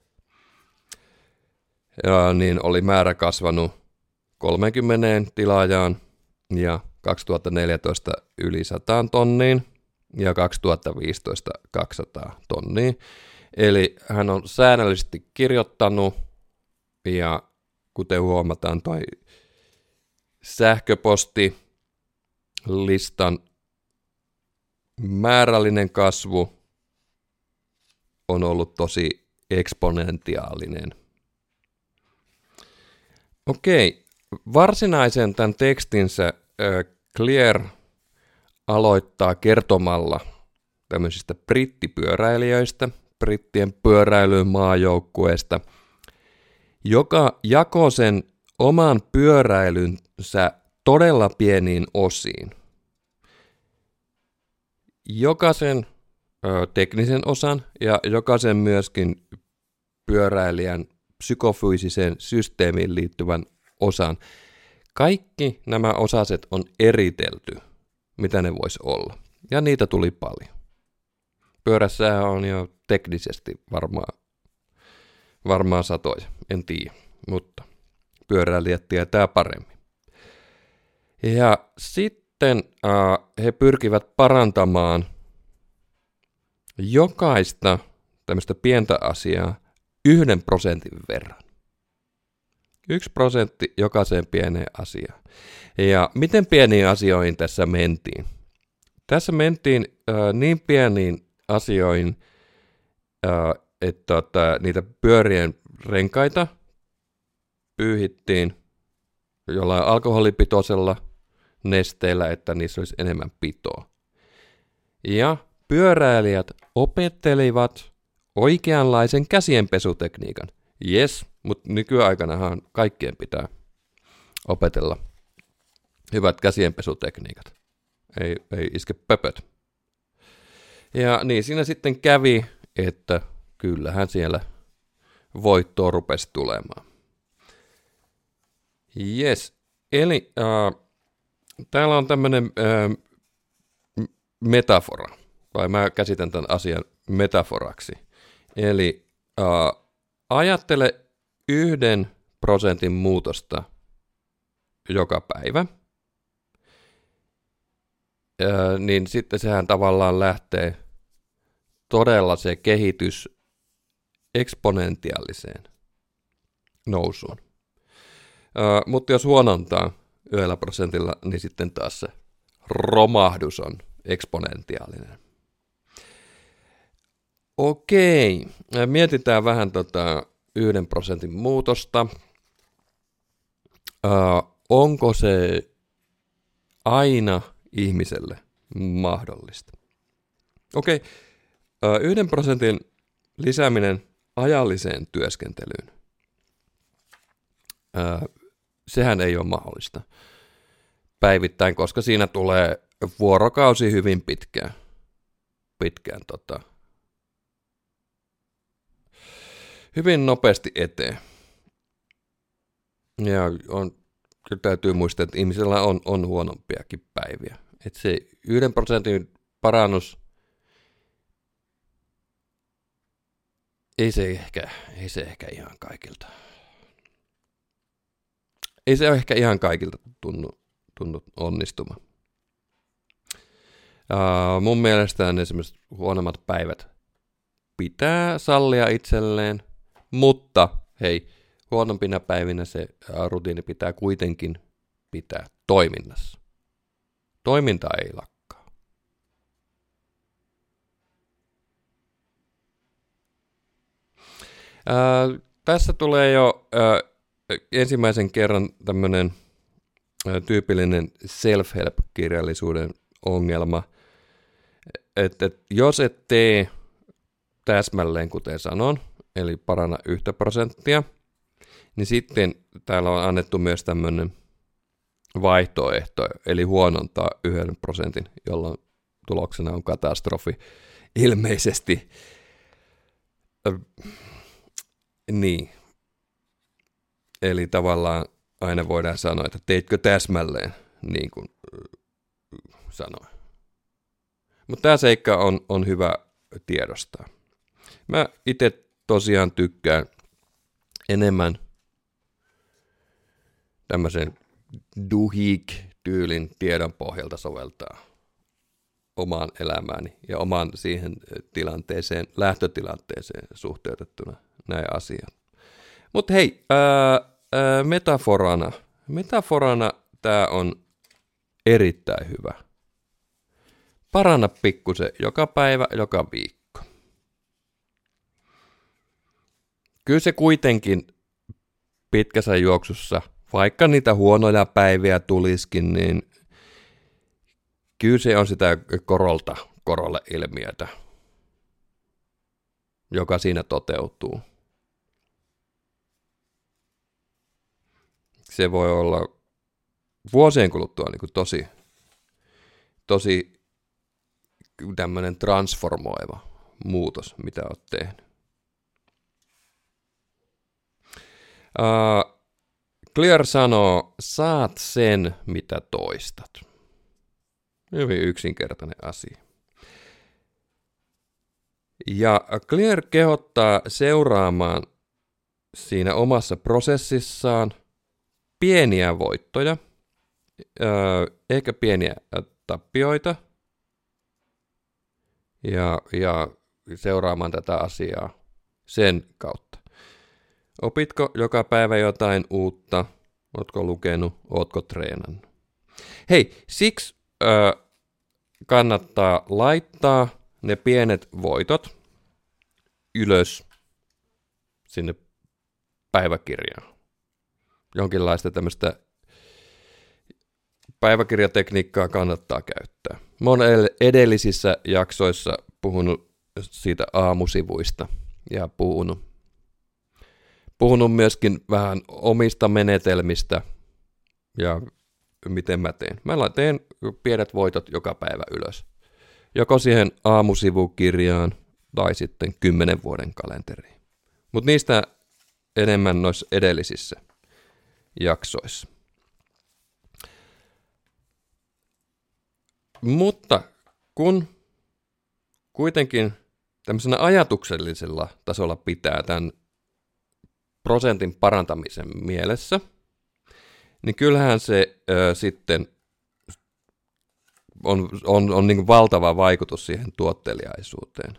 ja niin oli määrä kasvanut kolmekymmentä tilaajaan ja kaksituhattaneljätoista yli sataan tonniin ja kaksituhattaviisitoista kaksisataa tonniin. Eli hän on säännöllisesti kirjoittanut ja kuten huomataan toi sähköpostilistan määrällinen kasvu on ollut tosi eksponentiaalinen. Okei, varsinaisen tämän tekstinsä äh, Clear aloittaa kertomalla tämmöisistä brittipyöräilijöistä, brittien pyöräilyyn maajoukkueesta, joka jakoi sen oman pyöräilynsä todella pieniin osiin. Jokaisen ö, teknisen osan ja jokaisen myöskin pyöräilijän psykofyysiseen systeemiin liittyvän osan. Kaikki nämä osaset on eritelty, mitä ne vois olla. Ja niitä tuli paljon. Pyörässä on jo teknisesti varmaan, varmaan satoja, en tiedä, mutta pyöräilijät tietää paremmin. Ja sitten äh, he pyrkivät parantamaan jokaista tämmöistä pientä asiaa yhden prosentin verran. Yksi prosentti jokaiseen pieneen asiaan. Ja miten pieniin asioihin tässä mentiin? Tässä mentiin äh, niin pieniin asioihin, äh, että, että niitä pyörien renkaita pyyhittiin jollain alkoholipitoisella nesteellä, että niissä olisi enemmän pitoa. Ja pyöräilijät opettelivat oikeanlaisen käsienpesutekniikan. Jes, mutta nykyaikanahan kaikkien pitää opetella hyvät käsienpesutekniikat. Ei, ei iske pöpöt. Ja niin siinä sitten kävi, että kyllähän siellä voittoa rupesi tulemaan. Jes, eli äh, täällä on tämmöinen äh, metafora, vai mä käsitän tämän asian metaforaksi. Eli äh, ajattele yhden prosentin muutosta joka päivä, äh, niin sitten sehän tavallaan lähtee todella se kehitys eksponentiaaliseen nousuun. Uh, mutta jos huonontaa yhdellä prosentilla, niin sitten taas se romahdus on eksponentiaalinen. Okei, mietitään vähän tota yhden prosentin muutosta. Uh, onko se aina ihmiselle mahdollista? Okei, uh, yhden prosentin lisääminen ajalliseen työskentelyyn. Uh, sehän ei ole mahdollista päivittäin, koska siinä tulee vuorokausi hyvin pitkään, pitkään tota, hyvin nopeasti eteen. Ja on, kyllä täytyy muistaa, että ihmisellä on, on huonompiakin päiviä. Että se yhden prosentin parannus, ei se ehkä, ei se ehkä ihan kaikilta. Ei se ole ehkä ihan kaikilta tunnu, tunnu onnistuma. Uh, mun mielestä esimerkiksi huonommat päivät pitää sallia itselleen, mutta hei, huonompina päivinä se uh, rutiini pitää kuitenkin pitää toiminnassa. Toiminta ei lakkaa. Ää, tässä tulee jo ää, ensimmäisen kerran tämmöinen ää, tyypillinen self-help-kirjallisuuden ongelma, että et, jos et tee täsmälleen kuten sanon, eli paranna yhtä prosenttia, niin sitten täällä on annettu myös tämmöinen vaihtoehto, eli huonontaa yhden prosentin, jolloin tuloksena on katastrofi. Ilmeisesti äh, niin. Eli tavallaan aina voidaan sanoa, että teitkö täsmälleen, niin kuin äh, sanoin. Mutta tämä seikka on, on hyvä tiedostaa. Mä itse tosiaan tykkään enemmän tämmöisen Duhigg-tyylin tiedon pohjalta soveltaa omaan elämääni ja omaan siihen tilanteeseen, lähtötilanteeseen suhteutettuna näin asiat. Mutta hei, ää, ää, metaforana. Metaforana tämä on erittäin hyvä. Paranna pikkusen joka päivä, joka viikko. Kyllä se kuitenkin pitkässä juoksussa, vaikka niitä huonoja päiviä tulisikin, niin kyllä se on sitä korolta korolle ilmiötä, joka siinä toteutuu. Se voi olla vuosien kuluttua niin kuin tosi, tosi tämmöinen transformoiva muutos, mitä olet tehnyt. Uh, Clear sanoo, saat sen, mitä toistat. Hyvin yksinkertainen asia. Ja Clear kehottaa seuraamaan siinä omassa prosessissaan pieniä voittoja, ehkä pieniä tappioita, ja, ja seuraamaan tätä asiaa sen kautta. Opitko joka päivä jotain uutta? Ootko lukenut? Ootko treenannut? Hei, siksi ö, kannattaa laittaa ne pienet voitot ylös sinne päiväkirjaan. Jonkinlaista tämmöistä päiväkirjatekniikkaa kannattaa käyttää. Mä oon edellisissä jaksoissa puhunut siitä aamusivuista ja puhunut Puhunut myöskin vähän omista menetelmistä ja miten mä teen. Mä teen pienet voitot joka päivä ylös. Joko siihen aamusivukirjaan tai sitten kymmenen vuoden kalenteriin. Mutta niistä enemmän noissa edellisissä jaksoissa. Mutta kun kuitenkin tämmöisenä ajatuksellisella tasolla pitää tämän prosentin parantamisen mielessä, niin kyllähän se ö, sitten on, on, on niin kuin valtava vaikutus siihen tuotteliaisuuteen.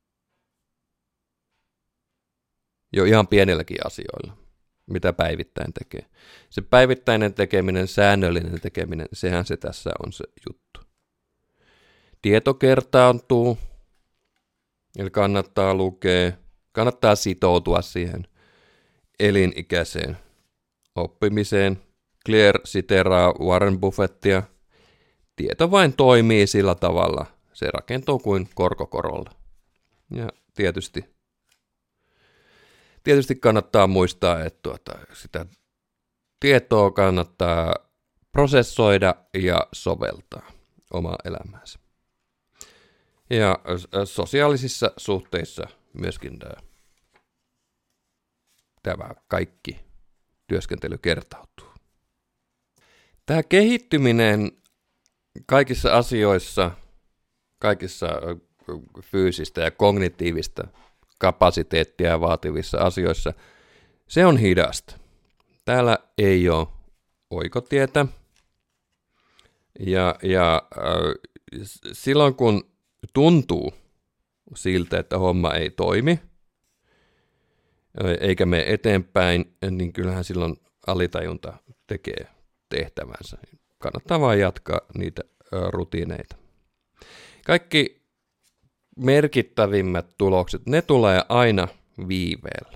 Jo ihan pienilläkin asioilla, mitä päivittäin tekee. Se päivittäinen tekeminen, säännöllinen tekeminen, sehän se tässä on se juttu. Tieto kertaantuu, eli kannattaa lukea, kannattaa sitoutua siihen elinikäiseen oppimiseen. Clear siteraa Warren Buffettia. Tieto vain toimii sillä tavalla. Se rakentuu kuin korkokorolla. Ja tietysti, tietysti kannattaa muistaa, että tuota, sitä tietoa kannattaa prosessoida ja soveltaa omaa elämäänsä. Ja sosiaalisissa suhteissa myöskin tämä Tämä kaikki työskentely kertautuu. Tämä kehittyminen kaikissa asioissa, kaikissa fyysistä ja kognitiivista kapasiteettia vaativissa asioissa, se on hidasta. Täällä ei ole oikotietä. Ja, ja äh, silloin kun tuntuu siltä, että homma ei toimi, eikä mene eteenpäin, niin kyllähän silloin alitajunta tekee tehtävänsä. Kannattaa vaan jatkaa niitä rutiineita. Kaikki merkittävimmät tulokset, ne tulee aina viiveellä.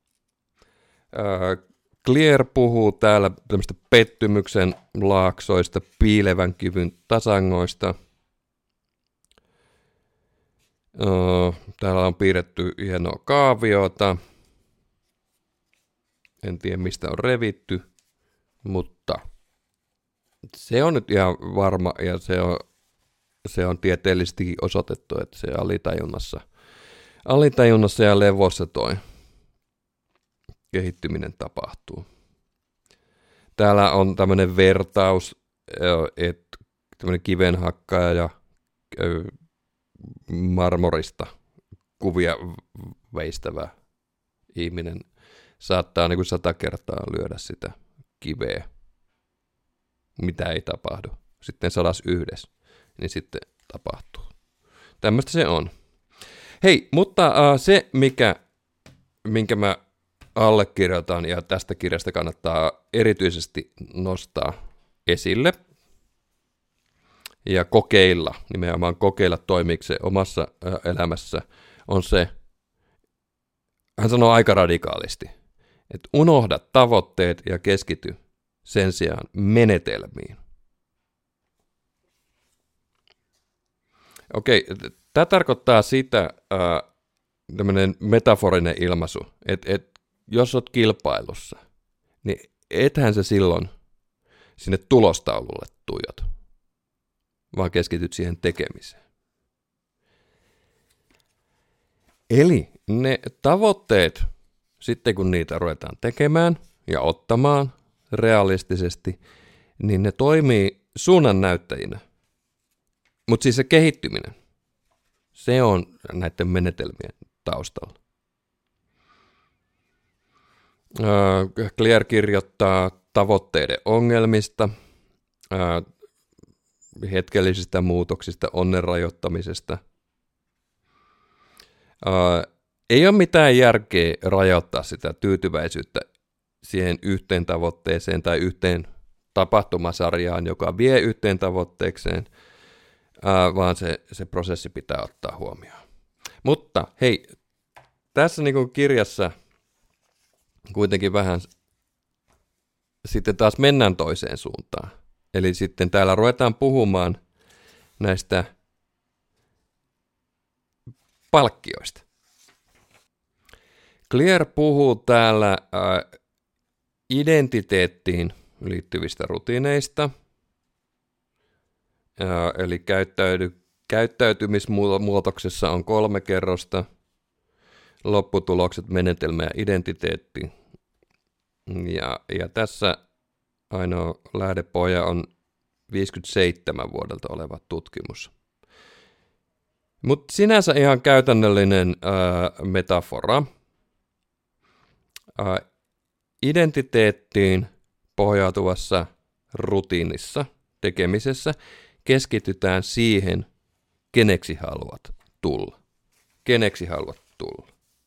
Clear puhuu täällä tämmöistä pettymyksen laaksoista, piilevän kyvyn tasangoista. Täällä on piirretty hienoa kaaviota. En tiedä mistä on revitty, mutta se on nyt ihan varma ja se on, se on tieteellisesti osoitettu, että se alitajunnassa, alitajunnassa ja levossa toi kehittyminen tapahtuu. Täällä on tämmöinen vertaus, että tämmöinen kivenhakkaaja ja marmorista kuvia veistävä ihminen saattaa niin kuin sata kertaa lyödä sitä kiveä, mitä ei tapahdu. Sitten sadas yhdessä, niin sitten tapahtuu. Tämmöistä se on. Hei, mutta äh, se, mikä, minkä mä allekirjoitan, ja tästä kirjasta kannattaa erityisesti nostaa esille, ja kokeilla, nimenomaan kokeilla toimiiko se omassa äh, elämässä, on se, hän sanoo aika radikaalisti, että unohda tavoitteet ja keskity sen sijaan menetelmiin. Okei, tämä tarkoittaa sitä, äh, tämmöinen metaforinen ilmaisu, että et, jos olet kilpailussa, niin ethän se silloin sinne tulostaululle tuijot, vaan keskityt siihen tekemiseen. Eli ne tavoitteet, sitten kun niitä ruvetaan tekemään ja ottamaan realistisesti, niin ne toimii suunnannäyttäjinä. Mutta siis se kehittyminen, se on näiden menetelmien taustalla. Clear kirjoittaa tavoitteiden ongelmista, hetkellisistä muutoksista, onnen rajoittamisesta. Ei ole mitään järkeä rajoittaa sitä tyytyväisyyttä siihen yhteen tavoitteeseen tai yhteen tapahtumasarjaan, joka vie yhteen tavoitteeseen, vaan se, se prosessi pitää ottaa huomioon. Mutta hei, tässä niin kuin kirjassa kuitenkin vähän sitten taas mennään toiseen suuntaan. Eli sitten täällä ruvetaan puhumaan näistä palkkioista. Clear puhuu täällä äh, identiteettiin liittyvistä rutiineista, äh, eli käyttäydy, käyttäytymismuutoksessa on kolme kerrosta, lopputulokset, menetelmä ja identiteetti. Ja, ja tässä ainoa lähdepohja on viisikymmentäseitsemän vuodelta oleva tutkimus. Mutta sinänsä ihan käytännöllinen äh, metafora. Äh, identiteettiin pohjautuvassa rutiinissa, tekemisessä, keskitytään siihen, keneksi haluat tulla. Keneksi haluat tulla.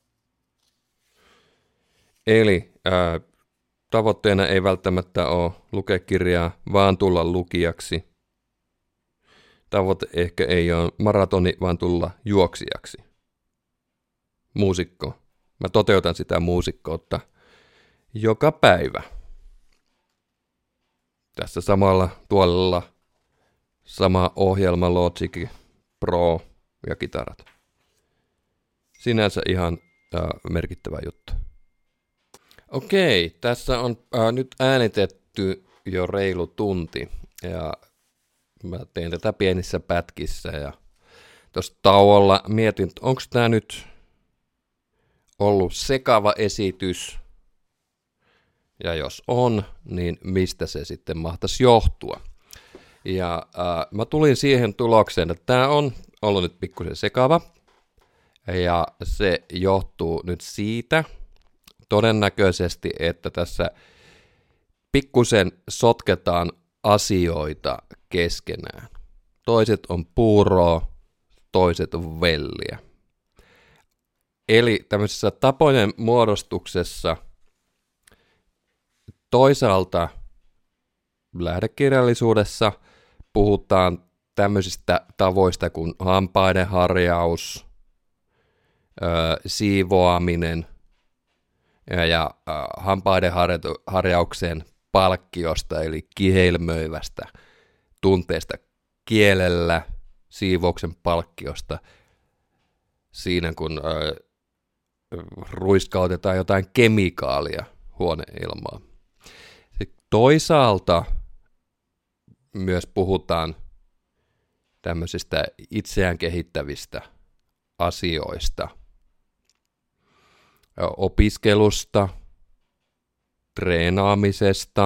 Eli äh, tavoitteena ei välttämättä ole lukea kirjaa, vaan tulla lukijaksi. Tavoite ehkä ei ole maratoni, vaan tulla juoksijaksi. Muusikko. Mä toteutan sitä muusikkoutta joka päivä. Tässä samalla tuolella sama ohjelma Logic Pro ja kitarat. Sinänsä ihan äh, merkittävä juttu. Okei, tässä on äh, nyt äänitetty jo reilu tunti ja mä teen tätä pienissä pätkissä ja tuossa tauolla mietin, onko tämä nyt ollut sekava esitys ja jos on, niin mistä se sitten mahtaisi johtua. Ja äh, mä tulin siihen tulokseen, että tämä on ollut nyt pikkusen sekava ja se johtuu nyt siitä, todennäköisesti, että tässä pikkusen sotketaan asioita keskenään. Toiset on puuroa, toiset on velliä. Eli tämmöisessä tapojen muodostuksessa toisaalta lähdekirjallisuudessa puhutaan tämmöisistä tavoista kuin hampaiden harjaus, ö, siivoaminen ja, ja ö, hampaiden harja- harjauksen palkkiosta eli kihelmöivästä tunteesta kielellä, siivouksen palkkiosta siinä kun ö, ruiskautetaan jotain kemikaalia huoneilmaan. Toisaalta myös puhutaan tämmöisistä itseään kehittävistä asioista, opiskelusta, treenaamisesta,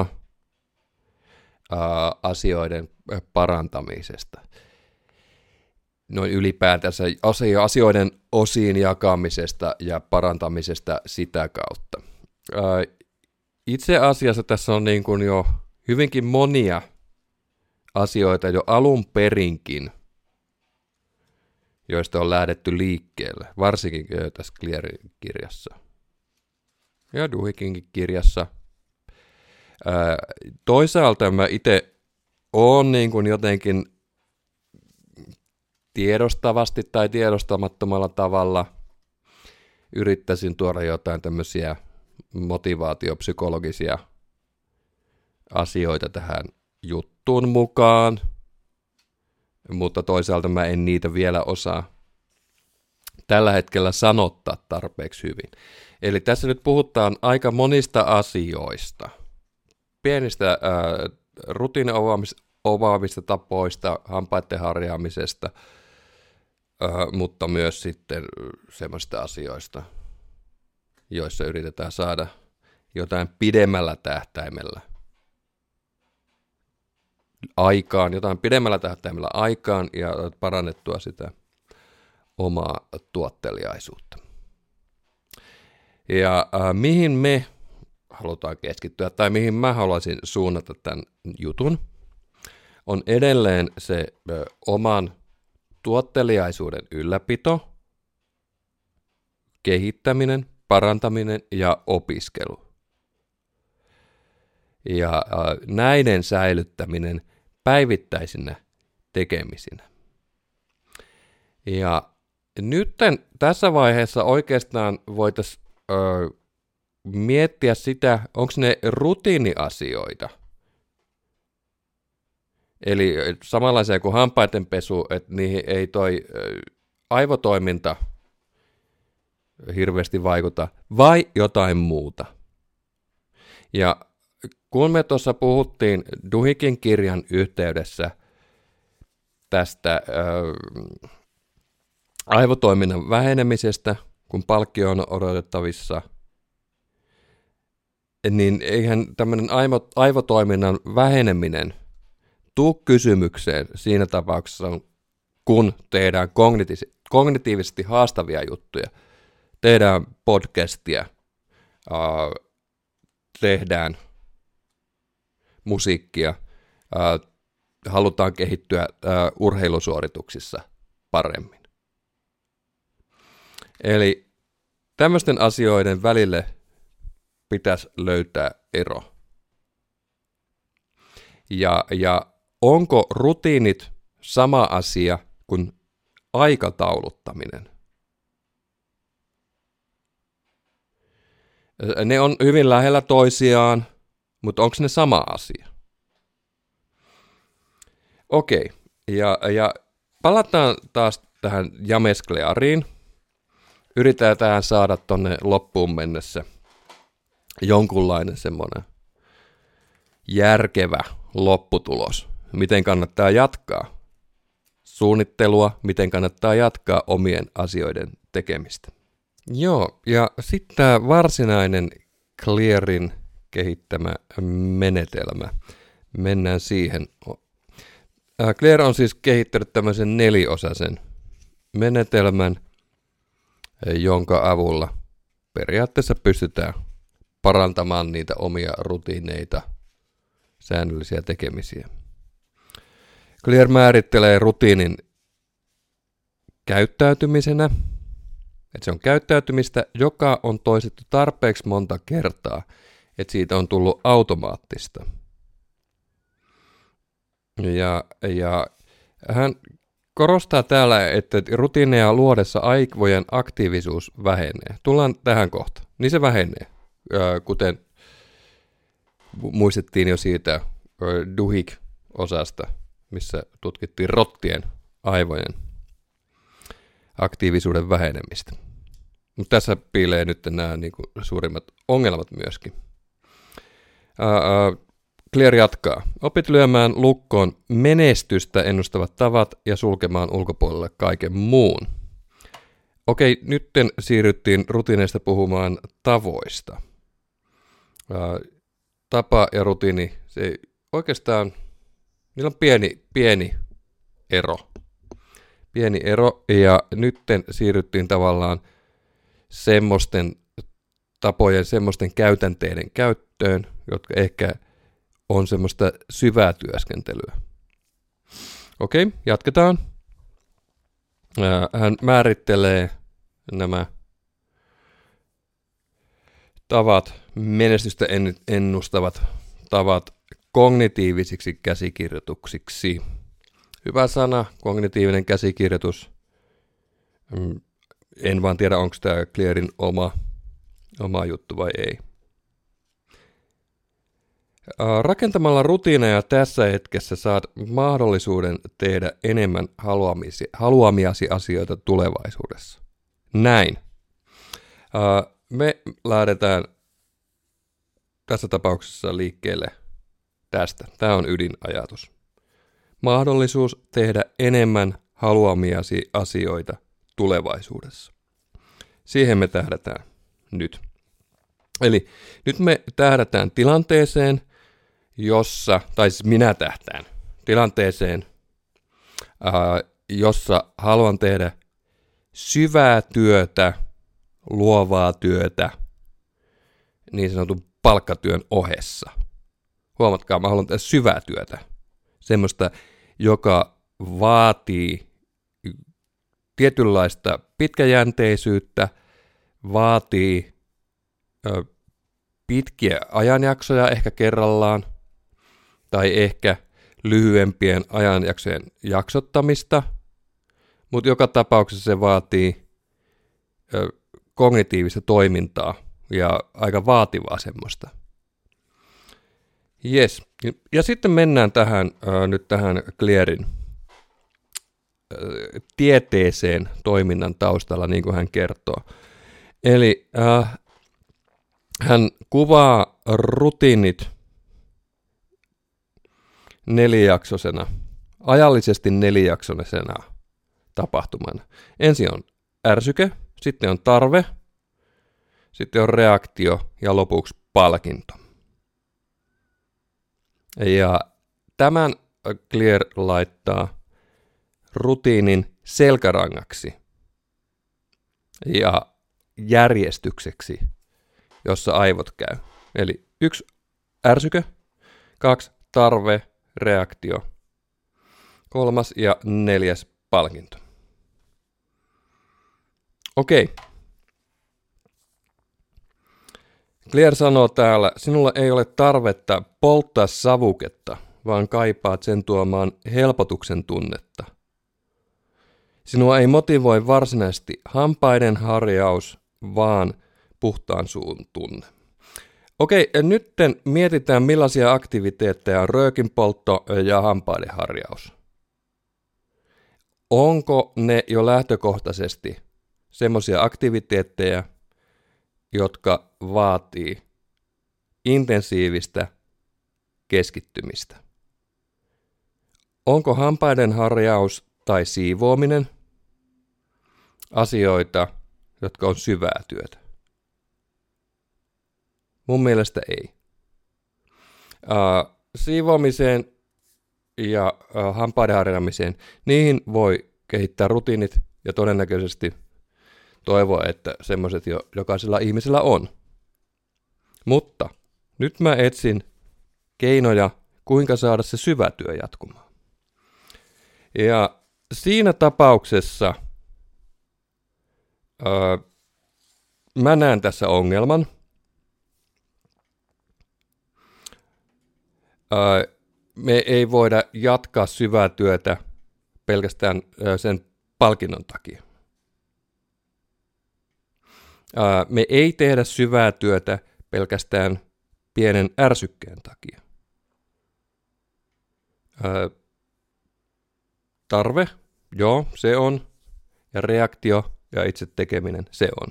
asioiden parantamisesta. Noin ylipäätänsä asioiden osiin jakamisesta ja parantamisesta sitä kautta. Itse asiassa tässä on niin kuin jo hyvinkin monia asioita jo alun perinkin, joista on lähdetty liikkeelle, varsinkin tässä Clearin kirjassa ja Duhiginin kirjassa. Ää, toisaalta mä itse oon niin kuin jotenkin tiedostavasti tai tiedostamattomalla tavalla yrittäisin tuoda jotain tämmöisiä motivaatiopsykologisia asioita tähän juttuun mukaan, mutta toisaalta mä en niitä vielä osaa tällä hetkellä sanottaa tarpeeksi hyvin. Eli tässä nyt puhutaan aika monista asioista, pienistä ää, rutiiniovaavista tapoista, hampaiden harjaamisesta, ää, mutta myös sitten semmoista asioista, joissa yritetään saada jotain pidemmällä tähtäimellä aikaan, jotain pidemmällä tähtäimellä aikaan ja parannettua sitä omaa tuotteliaisuutta. Ja äh, mihin me halutaan keskittyä, tai mihin mä haluaisin suunnata tämän jutun, on edelleen se ö, oman tuotteliaisuuden ylläpito, kehittäminen, parantaminen ja opiskelu. Ja äh, näiden säilyttäminen päivittäisinä tekemisinä. Ja nyt tässä vaiheessa oikeastaan voitaisiin äh, miettiä sitä, onko ne rutiiniasioita. Eli samanlaisia kuin hampaiden pesu, että niihin ei toi äh, aivotoiminta hirveästi vaikuta, vai jotain muuta. Ja kun me tuossa puhuttiin Duhigin kirjan yhteydessä tästä äh, aivotoiminnan vähenemisestä, kun palkkio on odotettavissa, niin eihän tämmöinen aivo, aivotoiminnan väheneminen tuu kysymykseen siinä tapauksessa, kun tehdään kognitiivisesti, kognitiivisesti haastavia juttuja. Tehdään podcastia, äh, tehdään musiikkia, äh, halutaan kehittyä äh, urheilusuorituksissa paremmin. Eli tämmöisten asioiden välille pitäisi löytää ero. Ja, ja onko rutiinit sama asia kuin aikatauluttaminen? Ne on hyvin lähellä toisiaan, mutta onko ne sama asia? Okei, ja, ja palataan taas tähän James Cleariin. Yritetään saada tonne loppuun mennessä jonkunlainen semmoinen järkevä lopputulos. Miten kannattaa jatkaa suunnittelua, miten kannattaa jatkaa omien asioiden tekemistä. Joo, ja sitten tämä varsinainen Clearin kehittämä menetelmä. Mennään siihen. Clear on siis kehittänyt tämmöisen neliosaisen menetelmän, jonka avulla periaatteessa pystytään parantamaan niitä omia rutiineita, säännöllisiä tekemisiä. Clear määrittelee rutiinin käyttäytymisenä, että se on käyttäytymistä, joka on toistettu tarpeeksi monta kertaa, että siitä on tullut automaattista. Ja, ja Hän korostaa täällä, että rutiineja luodessa aivojen aktiivisuus vähenee. Tullaan tähän kohta. Niin se vähenee, kuten muistettiin jo siitä Duhigg-osasta, missä tutkittiin rottien aivojen aktiivisuuden vähenemistä. Mutta tässä piilee nyt nämä niin kuin suurimmat ongelmat myöskin. Uh, Clear jatkaa. Opit lyömään lukkoon menestystä ennustavat tavat ja sulkemaan ulkopuolelle kaiken muun. Okei, nyt siirryttiin rutiineista puhumaan tavoista. Uh, tapa ja rutiini, se oikeastaan, niillä on pieni, pieni ero. Pieni ero, ja nyt siirryttiin tavallaan semmoisten tapojen, semmoisten käytänteiden käyttöön, jotka ehkä on semmoista syvää työskentelyä. Okei, jatketaan. Hän määrittelee nämä tavat, menestystä ennustavat tavat kognitiivisiksi käsikirjoituksiksi. Hyvä sana, kognitiivinen käsikirjoitus. En vaan tiedä, onko tämä Clearin oma, oma juttu vai ei. Rakentamalla rutiineja tässä hetkessä saat mahdollisuuden tehdä enemmän haluamiasi, haluamiasi asioita tulevaisuudessa. Näin. Me lähdetään tässä tapauksessa liikkeelle tästä. Tämä on ydinajatus. Mahdollisuus tehdä enemmän haluamiasi asioita tulevaisuudessa. Siihen me tähdätään nyt. Eli nyt me tähdätään tilanteeseen, jossa, tai siis minä tähtään tilanteeseen, ää, jossa haluan tehdä syvää työtä, luovaa työtä, niin sanotun palkkatyön ohessa. Huomatkaa, mä haluan tehdä syvää työtä, semmoista, joka vaatii tietynlaista pitkäjänteisyyttä, vaatii ö, pitkiä ajanjaksoja ehkä kerrallaan, tai ehkä lyhyempien ajanjaksojen jaksottamista, mutta joka tapauksessa se vaatii ö, kognitiivista toimintaa ja aika vaativaa semmoista. Yes. Ja sitten mennään tähän, ö, nyt tähän Clearin ö, tieteeseen toiminnan taustalla, niin kuin hän kertoo. Eli äh, hän kuvaa rutiinit nelijaksoisena, ajallisesti nelijaksoisena tapahtumana. Ensin on ärsyke, sitten on tarve, sitten on reaktio ja lopuksi palkinto. Ja tämän Clear laittaa rutiinin selkärangaksi ja järjestykseksi, jossa aivot käy. Eli yksi ärsyke, kaksi tarve, reaktio, kolmas ja neljäs palkinto. Okei. Clear sanoo täällä, sinulla ei ole tarvetta polttaa savuketta, vaan kaipaat sen tuomaan helpotuksen tunnetta. Sinua ei motivoi varsinaisesti hampaiden harjaus, vaan puhtaan suun tunne. Okei, nyt mietitään millaisia aktiviteetteja on röökinpoltto ja hampaiden harjaus. Onko ne jo lähtökohtaisesti semmoisia aktiviteetteja, jotka vaatii intensiivistä keskittymistä? Onko hampaiden harjaus tai siivoaminen asioita, jotka on syvää työtä? Mun mielestä ei. Uh, siivoamiseen ja uh, hampaiden harjaamiseen, niihin voi kehittää rutiinit ja todennäköisesti toivoa, että semmoiset jo jokaisella ihmisellä on. Mutta nyt mä etsin keinoja, kuinka saada se syvä työ jatkumaan. Ja siinä tapauksessa öö, mä näen tässä ongelman. Öö, me ei voida jatkaa syvää työtä pelkästään sen palkinnon takia. Me ei tehdä syvää työtä pelkästään pienen ärsykkeen takia. Tarve, joo, se on. Ja reaktio ja itse tekeminen, se on.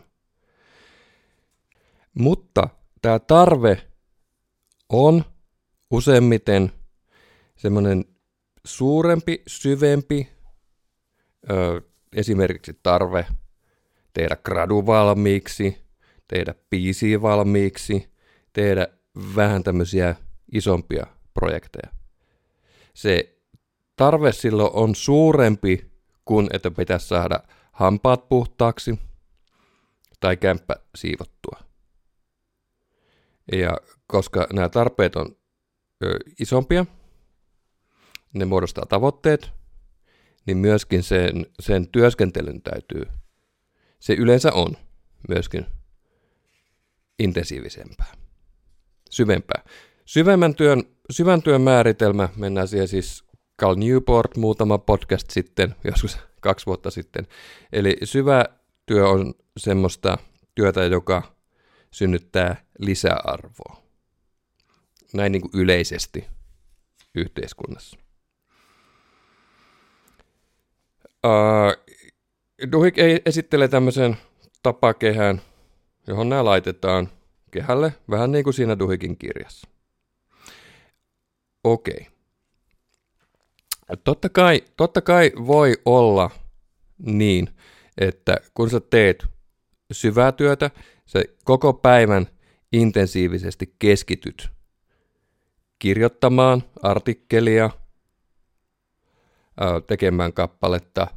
Mutta tämä tarve on useimmiten semmoinen suurempi, syvempi, ö, esimerkiksi tarve tehdä gradu valmiiksi, tehdä biisiä valmiiksi, tehdä vähän tämmöisiä isompia projekteja. Se tarve silloin on suurempi kuin että pitäisi saada hampaat puhtaaksi tai kämppä siivottua. Ja koska nämä tarpeet on ö, isompia, ne muodostaa tavoitteet, niin myöskin sen, sen työskentelyn täytyy, se yleensä on myöskin intensiivisempää, syvempää. Syvemmän työn, syvän työn määritelmä, mennään siihen siis Cal Newport muutama podcast sitten, joskus kaksi vuotta sitten. Eli syvä työ on semmoista työtä, joka synnyttää lisäarvoa. Näin niin kuin yleisesti yhteiskunnassa. Uh, Duhigg esittelee tämmöisen tapakehän, johon nämä laitetaan kehälle, vähän niin kuin siinä Duhiggin kirjassa. Okei. Totta kai, totta kai voi olla niin, että kun sä teet syvää työtä, sä koko päivän intensiivisesti keskityt kirjoittamaan artikkelia, tekemään kappaletta,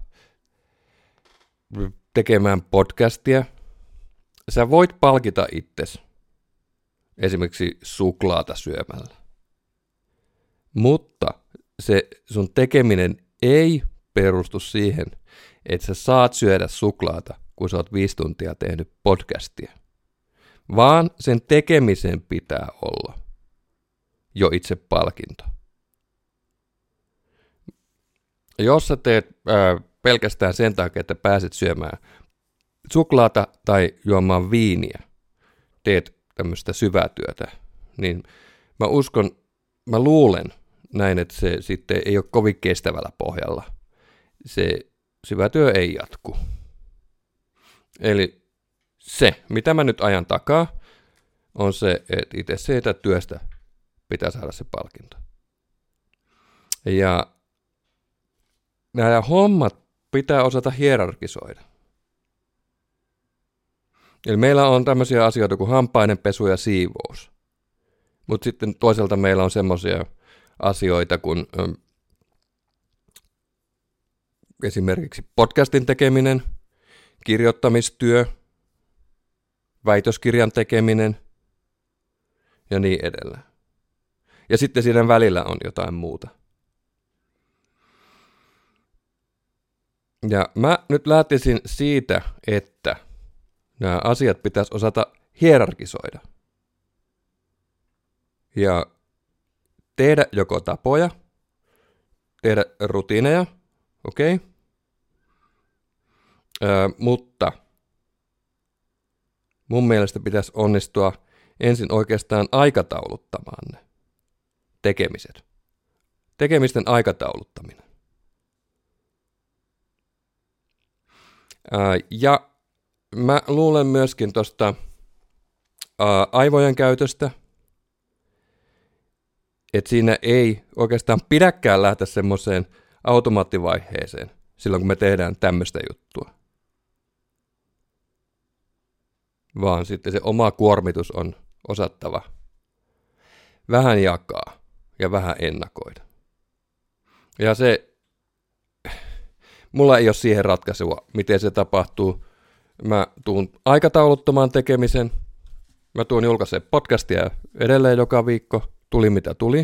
tekemään podcastia. Sä voit palkita itsesi esimerkiksi suklaata syömällä. Mutta se sun tekeminen ei perustu siihen, että sä saat syödä suklaata, kun sä oot viisi tuntia tehnyt podcastia. Vaan sen tekemisen pitää olla jo itse palkinto. Jos sä teet ää, pelkästään sen takia, että pääset syömään suklaata tai juomaan viiniä, teet tämmöistä syvää työtä, niin mä uskon, mä luulen näin, että se sitten ei ole kovin kestävällä pohjalla. Se syvä työ ei jatku. Eli se, mitä mä nyt ajan takaa, on se, että itse siitä työstä pitää saada se palkinto. Ja nämä hommat pitää osata hierarkisoida. Eli meillä on tämmöisiä asioita kuin hampaiden pesu ja siivous. Mutta sitten toisaalta meillä on semmoisia asioita kuin ö, esimerkiksi podcastin tekeminen, kirjoittamistyö, väitöskirjan tekeminen ja niin edelleen. Ja sitten siinä välillä on jotain muuta. Ja mä nyt lähtisin siitä, että nämä asiat pitäisi osata hierarkisoida. Ja tehdä joko tapoja, tehdä rutiineja, okei, okay. Öö, mutta mun mielestä pitäisi onnistua ensin oikeastaan aikatauluttamaan ne tekemiset. Tekemisten aikatauluttaminen. Öö, ja mä luulen myöskin tuosta öö, aivojen käytöstä, että siinä ei oikeastaan pidäkään lähteä semmoiseen automaattivaiheeseen silloin, kun me tehdään tämmöistä juttua. Vaan sitten se oma kuormitus on osattava vähän jakaa ja vähän ennakoida. Ja se, mulla ei ole siihen ratkaisua, miten se tapahtuu. Mä tuun aikatauluttamaan tekemisen. Mä tuun julkaisemaan podcastia edelleen joka viikko. Tuli mitä tuli.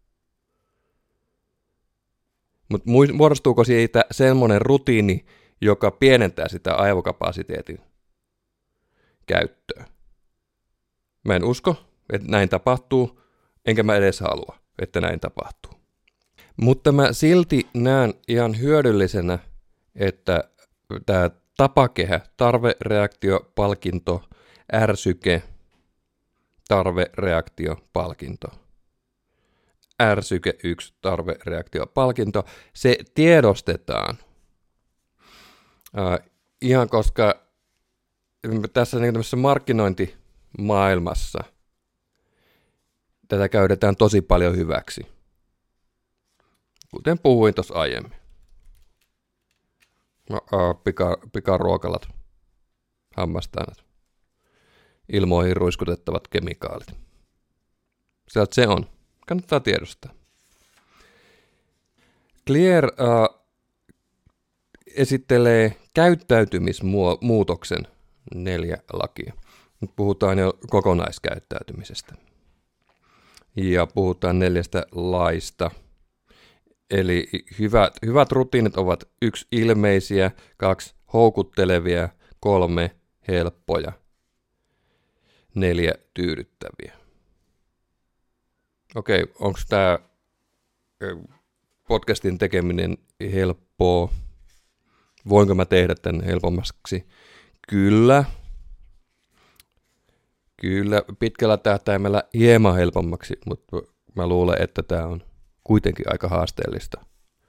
Mutta muodostuuko siitä semmoinen rutiini, joka pienentää sitä aivokapasiteetin käyttöä? Mä en usko, että näin tapahtuu, enkä mä edes halua, että näin tapahtuu. Mutta mä silti näen ihan hyödyllisenä, että tämä tapakehä, tarve, reaktio, palkinto, ärsyke, tarve, reaktio, palkinto. Ärsyke yksi, tarve, reaktio, palkinto. Se tiedostetaan. Uh, ihan koska tässä niin tämmöisessä markkinointimaailmassa tätä käytetään tosi paljon hyväksi. Kuten puhuin tuossa aiemmin. Pika, pikaruokalat, hammastainat, ilmoihin ruiskutettavat kemikaalit. Sieltä se on. Kannattaa tiedostaa. Clear uh, esittelee käyttäytymismuutoksen neljä lakia. Nyt puhutaan jo kokonaiskäyttäytymisestä. Ja puhutaan neljästä laista. Eli hyvät, hyvät rutiinit ovat yksi ilmeisiä, kaksi houkuttelevia, kolme helppoja, neljä tyydyttäviä. Okei, onko tämä podcastin tekeminen helppoa? Voinko mä tehdä tämän helpommaksi? Kyllä. Kyllä, pitkällä tähtäimellä hieman helpommaksi, mutta mä luulen, että tämä on kuitenkin aika haasteellista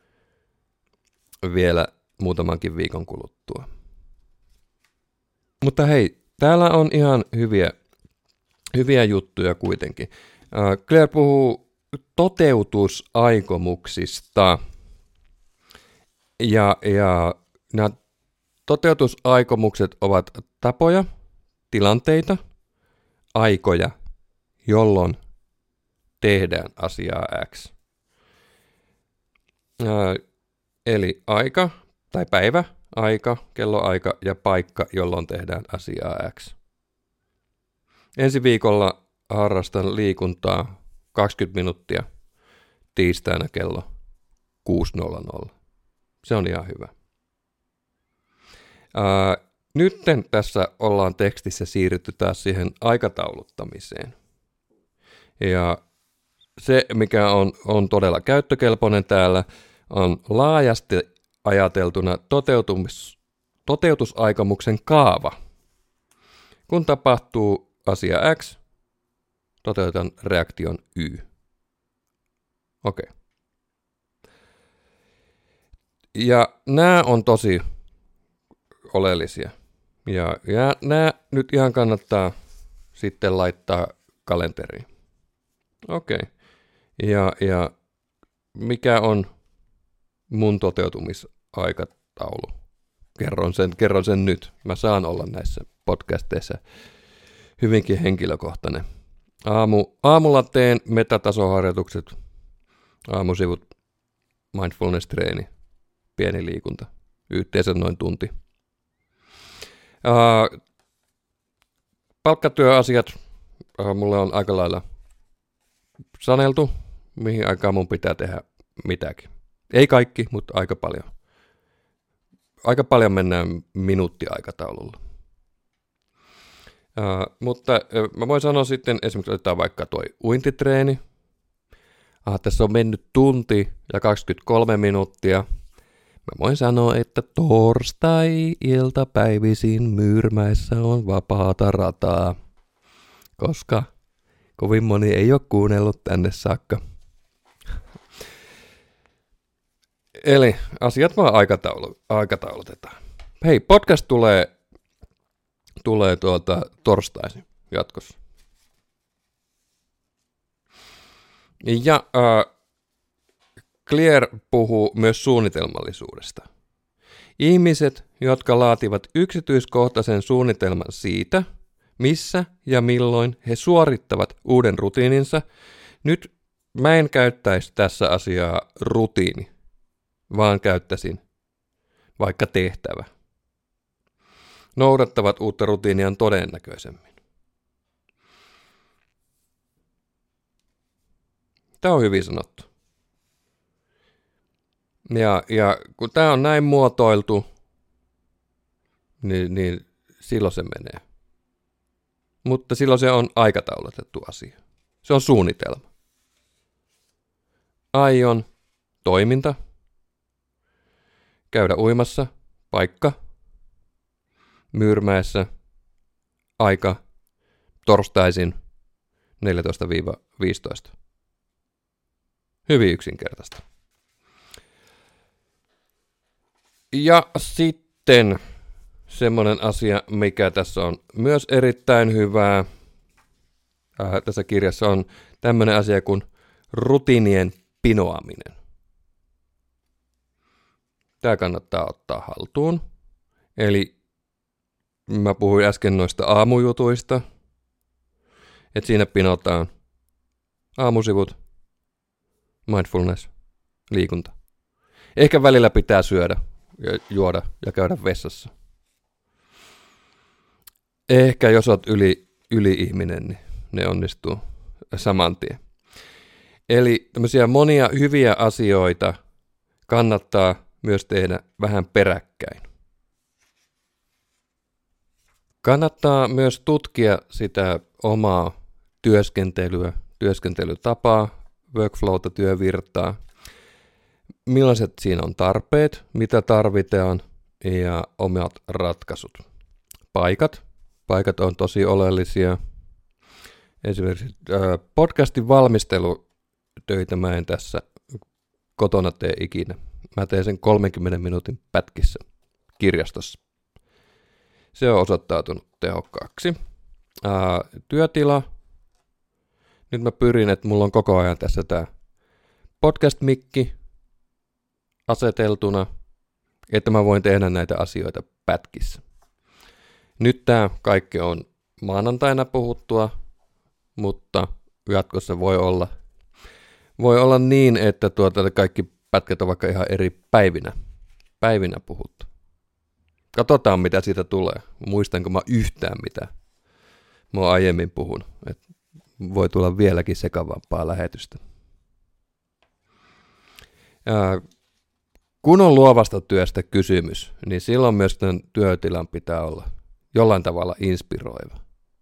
vielä muutamankin viikon kuluttua. Mutta hei, täällä on ihan hyviä, hyviä juttuja kuitenkin. Claire puhuu toteutusaikomuksista. Ja, ja nämä toteutusaikomukset ovat tapoja, tilanteita, aikoja, jolloin tehdään asiaa X. Ää, eli aika tai päivä, aika, kelloaika ja paikka, jolloin tehdään asiaa X. Ensi viikolla harrastan liikuntaa kaksikymmentä minuuttia tiistaina kello kuusi nolla nolla. Se on ihan hyvä. Ää, nytten tässä ollaan tekstissä siirrytty taas siihen aikatauluttamiseen. Ja se, mikä on, on todella käyttökelpoinen täällä, on laajasti ajateltuna toteutumis, toteutusaikomuksen kaava. Kun tapahtuu asia X, toteutan reaktion Y. Okei. Okay. Ja nämä on tosi oleellisia. Ja, ja nämä nyt ihan kannattaa sitten laittaa kalenteriin. Okei. Okay. Ja, ja mikä on mun toteutumisaikataulu? Kerron sen, kerron sen nyt. Mä saan olla näissä podcasteissa hyvinkin henkilökohtainen. Aamu, aamulla teen metatasoharjoitukset, aamusivut, mindfulness-treeni, pieni liikunta, yhteensä noin tunti. Ää, palkkatyöasiat, ää, mulle on aika lailla saneltu, mihin aikaan mun pitää tehdä mitäkin. Ei kaikki, mutta aika paljon. Aika paljon mennään minuuttiaikataululla. Uh, mutta uh, mä voin sanoa sitten, esimerkiksi otetaan vaikka toi uintitreeni. Ah, tässä on mennyt tunti ja kaksikymmentäkolme minuuttia. Mä voin sanoa, että torstai-iltapäivisin Myyrmäessä on vapaata rataa, koska kovin moni ei ole kuunnellut tänne saakka. Eli asiat vaan aikataulu, aikataulutetaan. Hei, podcast tulee, tulee tuota torstaisin jatkossa. Ja äh, Clear puhuu myös suunnitelmallisuudesta. Ihmiset, jotka laativat yksityiskohtaisen suunnitelman siitä, missä ja milloin he suorittavat uuden rutiininsa, nyt mä en käyttäisi tässä asiaa rutiini, vaan käyttäisin vaikka tehtävä. Noudattavat uutta rutiinia todennäköisemmin. Tämä on hyvin sanottu. Ja, ja kun tämä on näin muotoiltu, niin, niin silloin se menee. Mutta silloin se on aikataulutettu asia. Se on suunnitelma. Aion toiminta, käydä uimassa, paikka, Myyrmäessä, aika, torstaisin neljätoista viisitoista. Hyvin yksinkertaista. Ja sitten semmoinen asia, mikä tässä on myös erittäin hyvää. Äh, tässä kirjassa on tämmöinen asia kuin rutiinien pinoaminen. Tämä kannattaa ottaa haltuun. Eli mä puhuin äsken noista aamujutuista, että siinä pinotaan aamusivut, mindfulness, liikunta. Ehkä välillä pitää syödä ja juoda ja käydä vessassa. Ehkä jos oot yli, yli-ihminen, niin ne onnistuu saman tien. Eli tämmöisiä monia hyviä asioita kannattaa myös tehdä vähän peräkkäin. Kannattaa myös tutkia sitä omaa työskentelyä, työskentelytapaa, workflowta, työvirtaa, millaiset siinä on tarpeet, mitä tarvitaan ja omat ratkaisut. Paikat. Paikat on tosi oleellisia. Esimerkiksi podcastin valmistelutöitä mä en tässä kotona tee ikinä. Mä teen sen kolmenkymmenen minuutin pätkissä kirjastossa. Se on osoittautunut tehokkaaksi. Ää, työtila. Nyt mä pyrin, että mulla on koko ajan tässä tää podcast-mikki aseteltuna, että mä voin tehdä näitä asioita pätkissä. Nyt tää kaikki on maanantaina puhuttua, mutta jatkossa voi olla, voi olla niin, että tuota, kaikki pätkät on vaikka ihan eri päivinä, päivinä puhuttu. Katsotaan, mitä siitä tulee. Muistanko mä yhtään, mitä mä oon aiemmin puhunut. Et voi tulla vieläkin sekavampaa lähetystä. Ja kun on luovasta työstä kysymys, niin silloin myös tämän työtilan pitää olla jollain tavalla inspiroiva.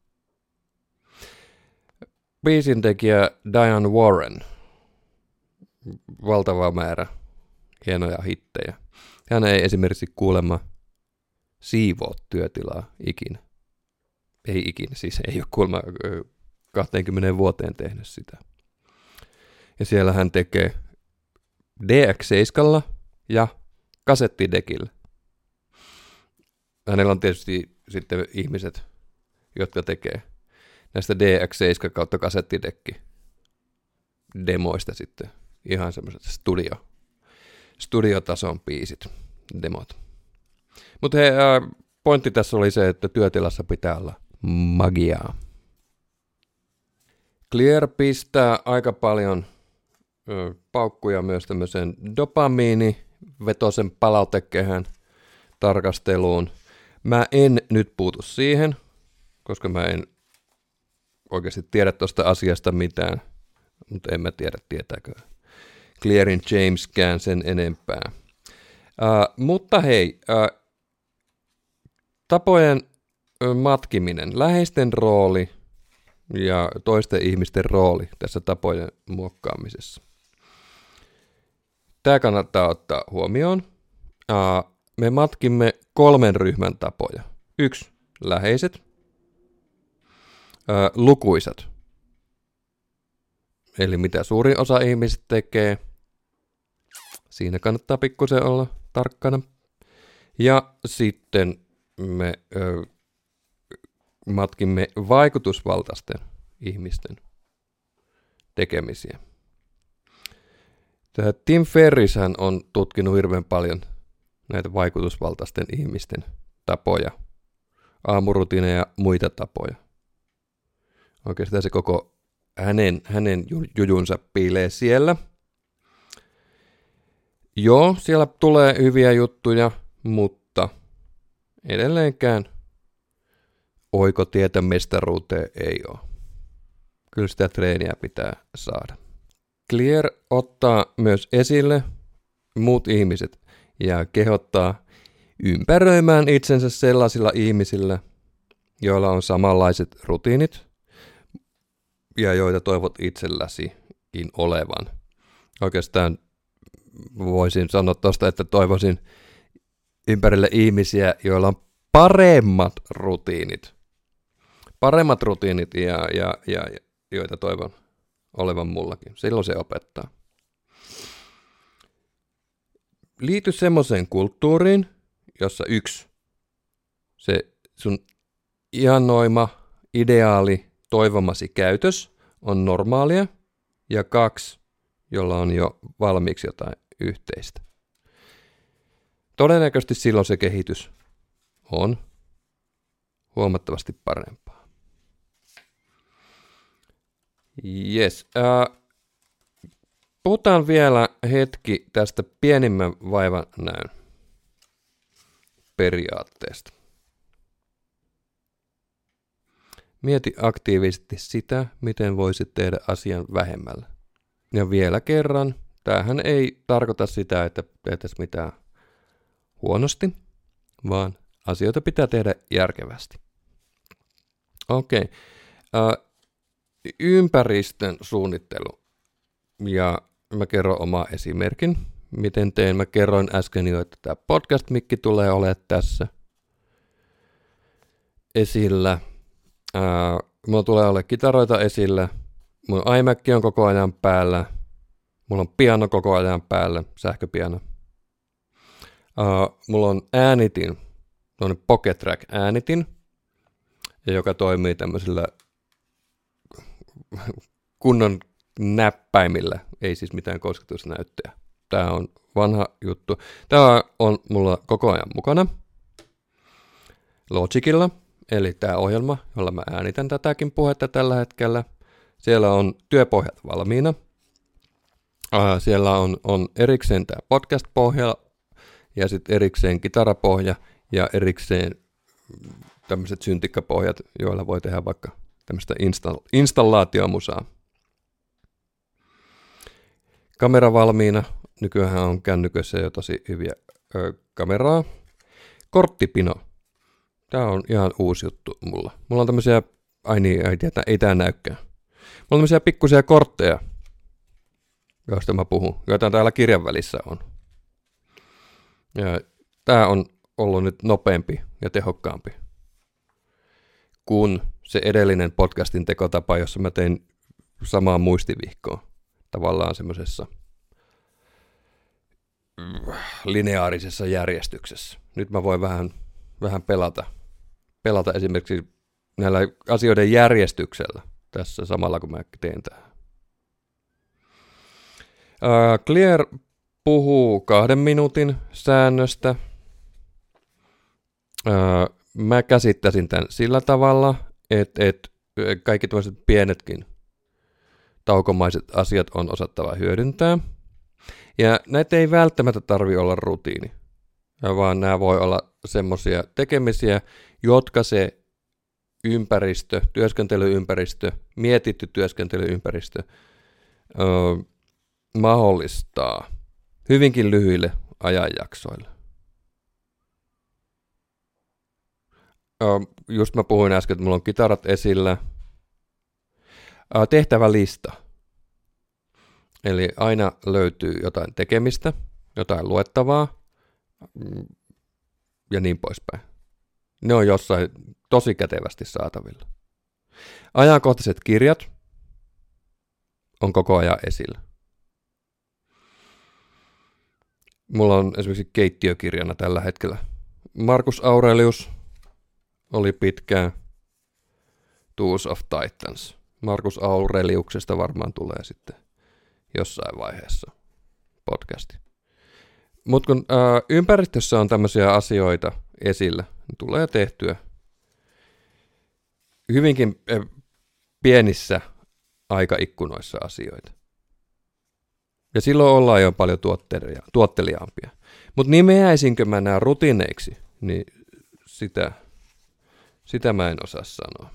Biisintekijä Diane Warren, valtava määrä hienoja hittejä. Hän ei esimerkiksi kuulemma siivoo työtilaa ikinä. Ei ikinä, siis ei ole kuulemma kaksikymmentä vuoteen tehnyt sitä. Ja siellä hän tekee D X seitsemän ja kasettidekillä. Hänellä on tietysti sitten ihmiset, jotka tekee näistä D X seitsemän kautta kasettidekki demoista sitten ihan semmoiset studio, studiotason biisit, demot. Mutta pointti tässä oli se, että työtilassa pitää olla magiaa. Clear pistää aika paljon ö, paukkuja myös tämmöiseen dopamiinivetoisen palautekehän tarkasteluun. Mä en nyt puutu siihen, koska mä en oikeasti tiedä tuosta asiasta mitään, mutta en mä tiedä tietääkö Clearin Jameskään sen enempää. Uh, mutta hei, uh, tapojen matkiminen, läheisten rooli ja toisten ihmisten rooli tässä tapojen muokkaamisessa. Tämä kannattaa ottaa huomioon. Uh, me matkimme kolmen ryhmän tapoja. Yksi, läheiset. Uh, lukuisat. Eli mitä suurin osa ihmisistä tekee. Siinä kannattaa pikkusen olla tarkkana. Ja sitten me ö, matkimme vaikutusvaltaisten ihmisten tekemisiä. Tämä Tim Ferriss hän on tutkinut hirveän paljon näitä vaikutusvaltaisten ihmisten tapoja, aamurutiineja ja muita tapoja. Oikeastaan se koko hänen, hänen jujunsa piilee siellä. Joo, siellä tulee hyviä juttuja, mutta edelleenkään oikotietä mestaruuteen ei ole. Kyllä sitä treeniä pitää saada. Clear ottaa myös esille muut ihmiset ja kehottaa ympäröimään itsensä sellaisilla ihmisillä, joilla on samanlaiset rutiinit ja joita toivot itselläsikin olevan. Oikeastaan voisin sanoa tuosta, että toivoisin ympärille ihmisiä, joilla on paremmat rutiinit. Paremmat rutiinit, ja, ja, ja, joita toivon olevan mullakin. Silloin se opettaa. Liity semmoiseen kulttuuriin, jossa yksi, se sun ihannoima, ideaali, toivomasi käytös on normaalia, ja kaksi, jolla on jo valmiiksi jotain yhteistä. Todennäköisesti silloin se kehitys on huomattavasti parempaa. Yes. Äh, puhutaan vielä hetki tästä pienimmän vaivan näön periaatteesta. Mieti aktiivisesti sitä, miten voisit tehdä asian vähemmällä. Ja vielä kerran, tämähän ei tarkoita sitä, että tehtäisiin mitään huonosti, vaan asioita pitää tehdä järkevästi. Okei. Okay. Ympäristön suunnittelu. Ja mä kerron oma esimerkin, miten teen. Mä kerroin äsken jo, että tämä podcast-mikki tulee olemaan tässä esillä. Ää, mulla tulee olemaan kitaroita esillä. Mun iMac on koko ajan päällä. Mulla on piano koko ajan päällä, sähköpiano. Ää, mulla on äänitin, tuonne Pocket Track äänitin, joka toimii tämmöisillä kunnon näppäimillä, ei siis mitään kosketusnäyttöjä. Tää on vanha juttu. Tää on mulla koko ajan mukana Logicilla, eli tää ohjelma, jolla mä äänitän tätäkin puhetta tällä hetkellä. Siellä on työpohjat valmiina. Äh, siellä on, on erikseen tää podcast-pohja ja sitten erikseen kitarapohja ja erikseen tämmöiset syntikkapohjat, joilla voi tehdä vaikka tämmöistä insta- installaatiomusaa. Kamera valmiina. Nykyään on kännykössä jo tosi hyviä ö, kameraa. Korttipino. Tää on ihan uusi juttu mulla. Mulla on tämmöisiä, ai niin, ei, tietä, ei tää näykään. Mulla on tämmöisiä pikkuisia kortteja, joista mä puhun, joita täällä kirjan välissä on. Ja tää on ollut nyt nopeampi ja tehokkaampi kuin se edellinen podcastin tekotapa, jossa mä tein samaa muistivihkoa tavallaan semmoisessa lineaarisessa järjestyksessä. Nyt mä voin vähän, vähän pelata, pelata esimerkiksi näillä asioiden järjestyksellä tässä samalla, kun mä teen tähän. Uh, Clear puhuu kahden minuutin säännöstä. Uh, mä käsittäisin tämän sillä tavalla, että et kaikki tämmöiset pienetkin taukomaiset asiat on osattava hyödyntää. Ja näitä ei välttämättä tarvitse olla rutiini, vaan nämä voi olla semmoisia tekemisiä, jotka se ympäristö, työskentelyympäristö, mietitty työskentelyympäristö öö, mahdollistaa hyvinkin lyhyille ajanjaksoille. Öö, just mä puhuin äsken, että mulla on kitarat esillä. Öö, tehtävälista. Eli aina löytyy jotain tekemistä, jotain luettavaa ja niin poispäin. Ne on jossain tosi kätevästi saatavilla. Ajankohtaiset kirjat on koko ajan esillä. Mulla on esimerkiksi keittiökirjana tällä hetkellä Marcus Aurelius oli pitkään Tools of Titans. Marcus Aureliuksesta varmaan tulee sitten jossain vaiheessa podcasti. Mutta kun ää, ympäristössä on tämmöisiä asioita esillä, niin tulee tehtyä hyvinkin ä, pienissä aikaikkunoissa asioita. Ja silloin ollaan jo paljon tuotteliaampia. Mutta nimeäisinkö mä nämä rutiineiksi, niin sitä, sitä mä en osaa sanoa.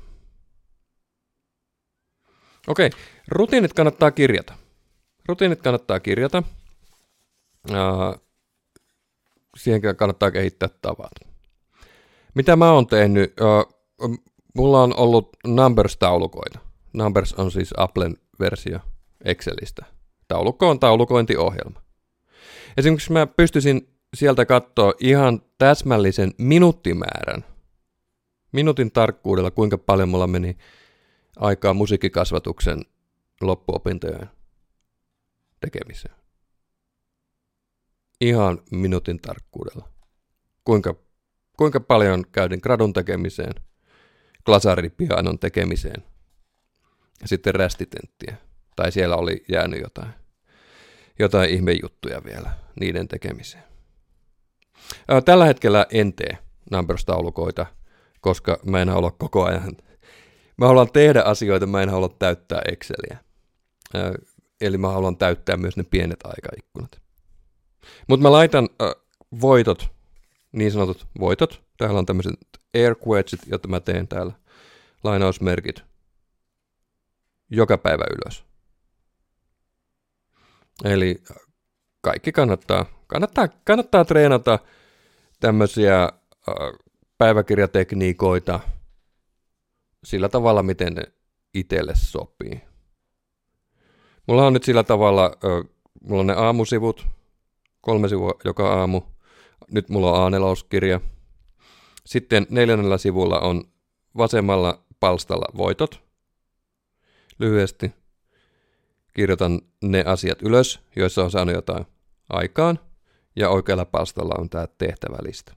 Okei, rutiinit kannattaa kirjata. Rutiinit kannattaa kirjata. Uh, siihen kannattaa kehittää tavat. Mitä mä oon tehnyt? Uh, mulla on ollut Numbers-taulukoita. Numbers on siis Applen versio Excelistä. Taulukko on taulukointiohjelma. Esimerkiksi mä pystyisin sieltä katsoa ihan täsmällisen minuuttimäärän, minuutin tarkkuudella, kuinka paljon mulla meni aikaa musiikkikasvatuksen loppuopintojen tekemiseen. Ihan minuutin tarkkuudella. Kuinka, kuinka paljon käytin gradun tekemiseen, glasaripianon tekemiseen ja sitten rästitenttiä. Tai siellä oli jäänyt jotain, jotain ihmejuttuja vielä niiden tekemiseen. Tällä hetkellä en tee numbers-taulukoita, koska mä en halua koko ajan. Mä haluan tehdä asioita, mä en halua täyttää Exceliä. Eli mä haluan täyttää myös ne pienet aikaikkunat. Mutta mä laitan äh, voitot, niin sanotut voitot. Täällä on tämmöiset air quotesit, joita mä teen täällä. Lainausmerkit. Joka päivä ylös. Eli kaikki kannattaa, kannattaa, kannattaa treenata tämmöisiä äh, päiväkirjatekniikoita sillä tavalla, miten ne itselle sopii. Mulla on nyt sillä tavalla, äh, mulla on ne aamusivut, kolme sivua joka aamu. Nyt mulla on A neljä-kirja. Sitten neljännellä sivulla on vasemmalla palstalla voitot. Lyhyesti kirjoitan ne asiat ylös, joissa on saanut jotain aikaan. Ja oikealla palstalla on tämä tehtävälista.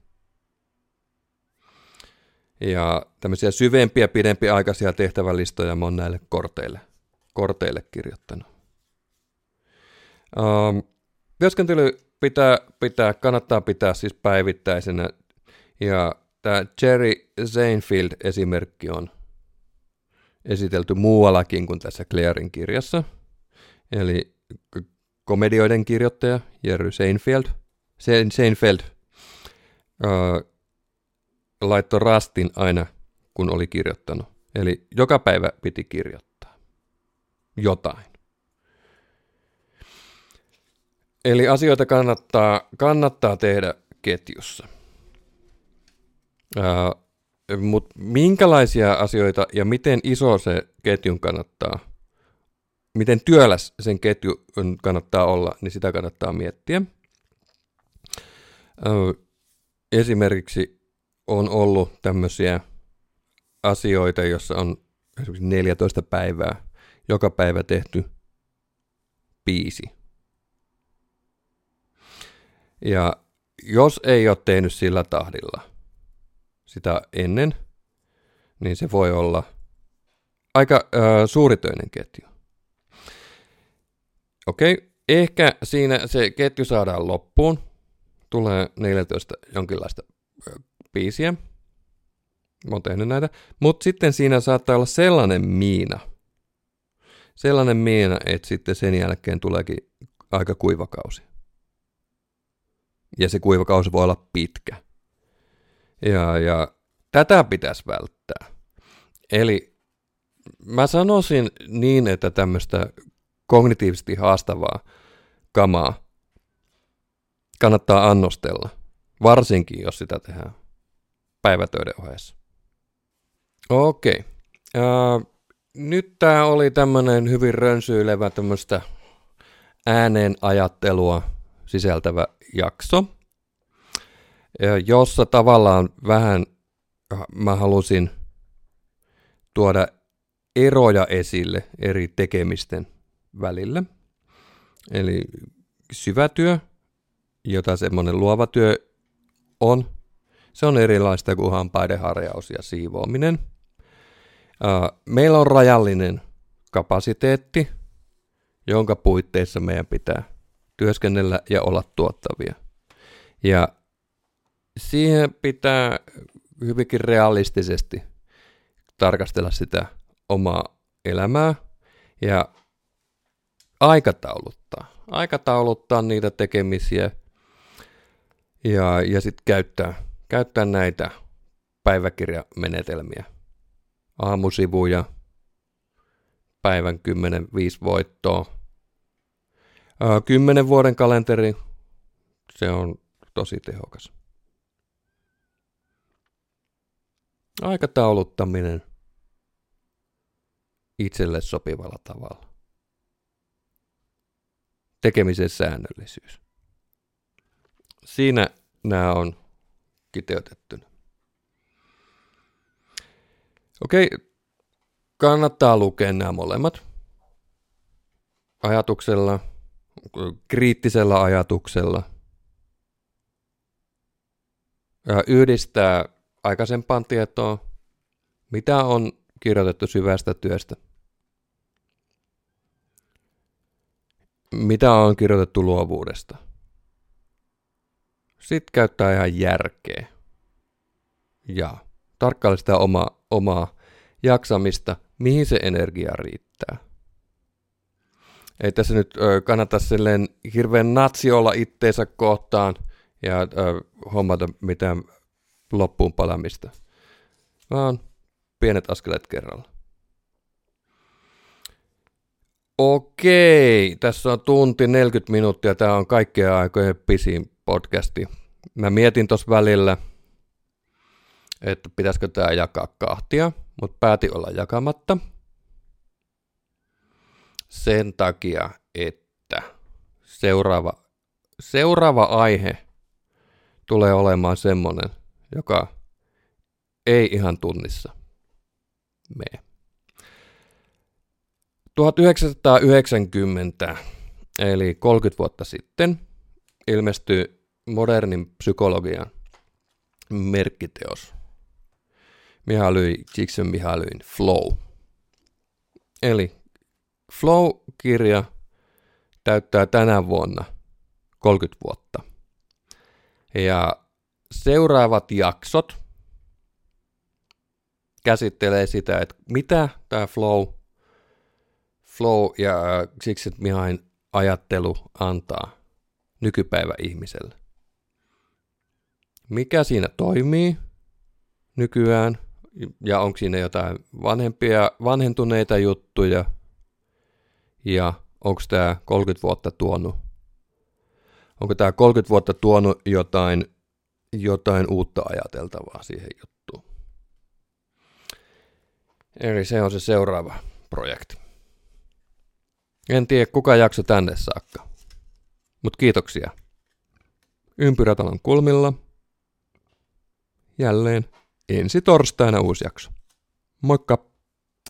Ja tämmöisiä syvempiä, pidempiaikaisia tehtävälistoja mä oon näille korteille, korteille kirjoittanut. Um, työskentely pitää, pitää, kannattaa pitää siis päivittäisenä. Ja tämä Jerry Seinfeld-esimerkki on esitelty muuallakin kuin tässä Clairen kirjassa. Eli komedioiden kirjoittaja Jerry Seinfeld, Seinfeld uh, laittoi rastin aina, kun oli kirjoittanut. Eli joka päivä piti kirjoittaa jotain. Eli asioita kannattaa, kannattaa tehdä ketjussa. Uh, Mutta minkälaisia asioita ja miten iso se ketjun kannattaa, miten työläs sen ketjun kannattaa olla, niin sitä kannattaa miettiä. Uh, esimerkiksi on ollut tämmöisiä asioita, joissa on esimerkiksi neljätoista päivää, joka päivä tehty biisi. Ja jos ei ole tehnyt sillä tahdilla sitä ennen, niin se voi olla aika äh, suuritöinen ketju. Okei, ehkä siinä se ketju saadaan loppuun. Tulee neljätoista jonkinlaista äh, biisiä. Mä oon tehnyt näitä. Mutta sitten siinä saattaa olla sellainen miina. Sellainen miina, että sitten sen jälkeen tuleekin aika kuiva kausi. Ja se kuivakausi voi olla pitkä. Ja, ja tätä pitäisi välttää. Eli mä sanoisin niin, että tämmöistä kognitiivisesti haastavaa kamaa kannattaa annostella. Varsinkin, jos sitä tehdään päivätöiden ohessa. Okei. Äh, nyt tää oli tämmönen hyvin rönsyilevä tämmöistä ääneen ajattelua sisältävä jakso, jossa tavallaan vähän mä halusin tuoda eroja esille eri tekemisten välillä. Eli syvä työ, jota semmoinen luova työ on, se on erilaista kuin hampaiden harjaus ja siivoaminen. Meillä on rajallinen kapasiteetti, jonka puitteissa meidän pitää työskennellä ja olla tuottavia. Ja siihen pitää hyvinkin realistisesti tarkastella sitä omaa elämää ja aikatauluttaa. Aikatauluttaa niitä tekemisiä ja, ja sitten käyttää, käyttää näitä päiväkirjamenetelmiä. Aamusivuja, päivän kymmenen viisi voittoa. Kymmenen vuoden kalenteri, se on tosi tehokas. Aikatauluttaminen itselle sopivalla tavalla. Tekemisen säännöllisyys. Siinä nämä on kiteytettynä. Okei, kannattaa lukea nämä molemmat ajatuksella, kriittisellä ajatuksella. Ja yhdistää aikaisempaan tietoon, mitä on kirjoitettu syvästä työstä, mitä on kirjoitettu luovuudesta. Sitten käyttää ihan järkeä ja tarkkailla sitä oma, omaa jaksamista, mihin se energia riittää. Ei tässä nyt ö, kannata silleen hirveän natsi olla itteensä kohtaan ja ö, hommata mitään loppuun palamista, vaan pienet askeleet kerralla. Okei, tässä on tunti neljäkymmentä minuuttia. Tämä on kaikkien aikojen pisin podcasti. Mä mietin tuossa välillä, että pitäisikö tämä jakaa kahtia, mutta päätin olla jakamatta. Sen takia, että seuraava, seuraava aihe tulee olemaan semmoinen, joka ei ihan tunnissa mene. tuhatyhdeksänsataayhdeksänkymmentä, eli kolmekymmentä vuotta sitten, ilmestyi modernin psykologian merkkiteos. Mihaly Csikszentmihalyin Flow. Eli Flow-kirja täyttää tänä vuonna kolmekymmentä vuotta. Ja seuraavat jaksot käsittelee sitä, että mitä tämä Flow, flow ja Csikszentmihalyin ajattelu antaa nykypäivä ihmiselle. Mikä siinä toimii nykyään ja onko siinä jotain vanhempia, vanhentuneita juttuja ja onko tämä kolmekymmentä vuotta tuonut, onko tämä kolmekymmentä vuotta tuonut jotain, jotain uutta ajateltavaa siihen juttuun. Eli se on se seuraava projekti. En tiedä kuka jakso tänne saakka, mutta kiitoksia. Ympyrätalon kulmilla. Jälleen ensi torstaina uusi jakso. Moikka!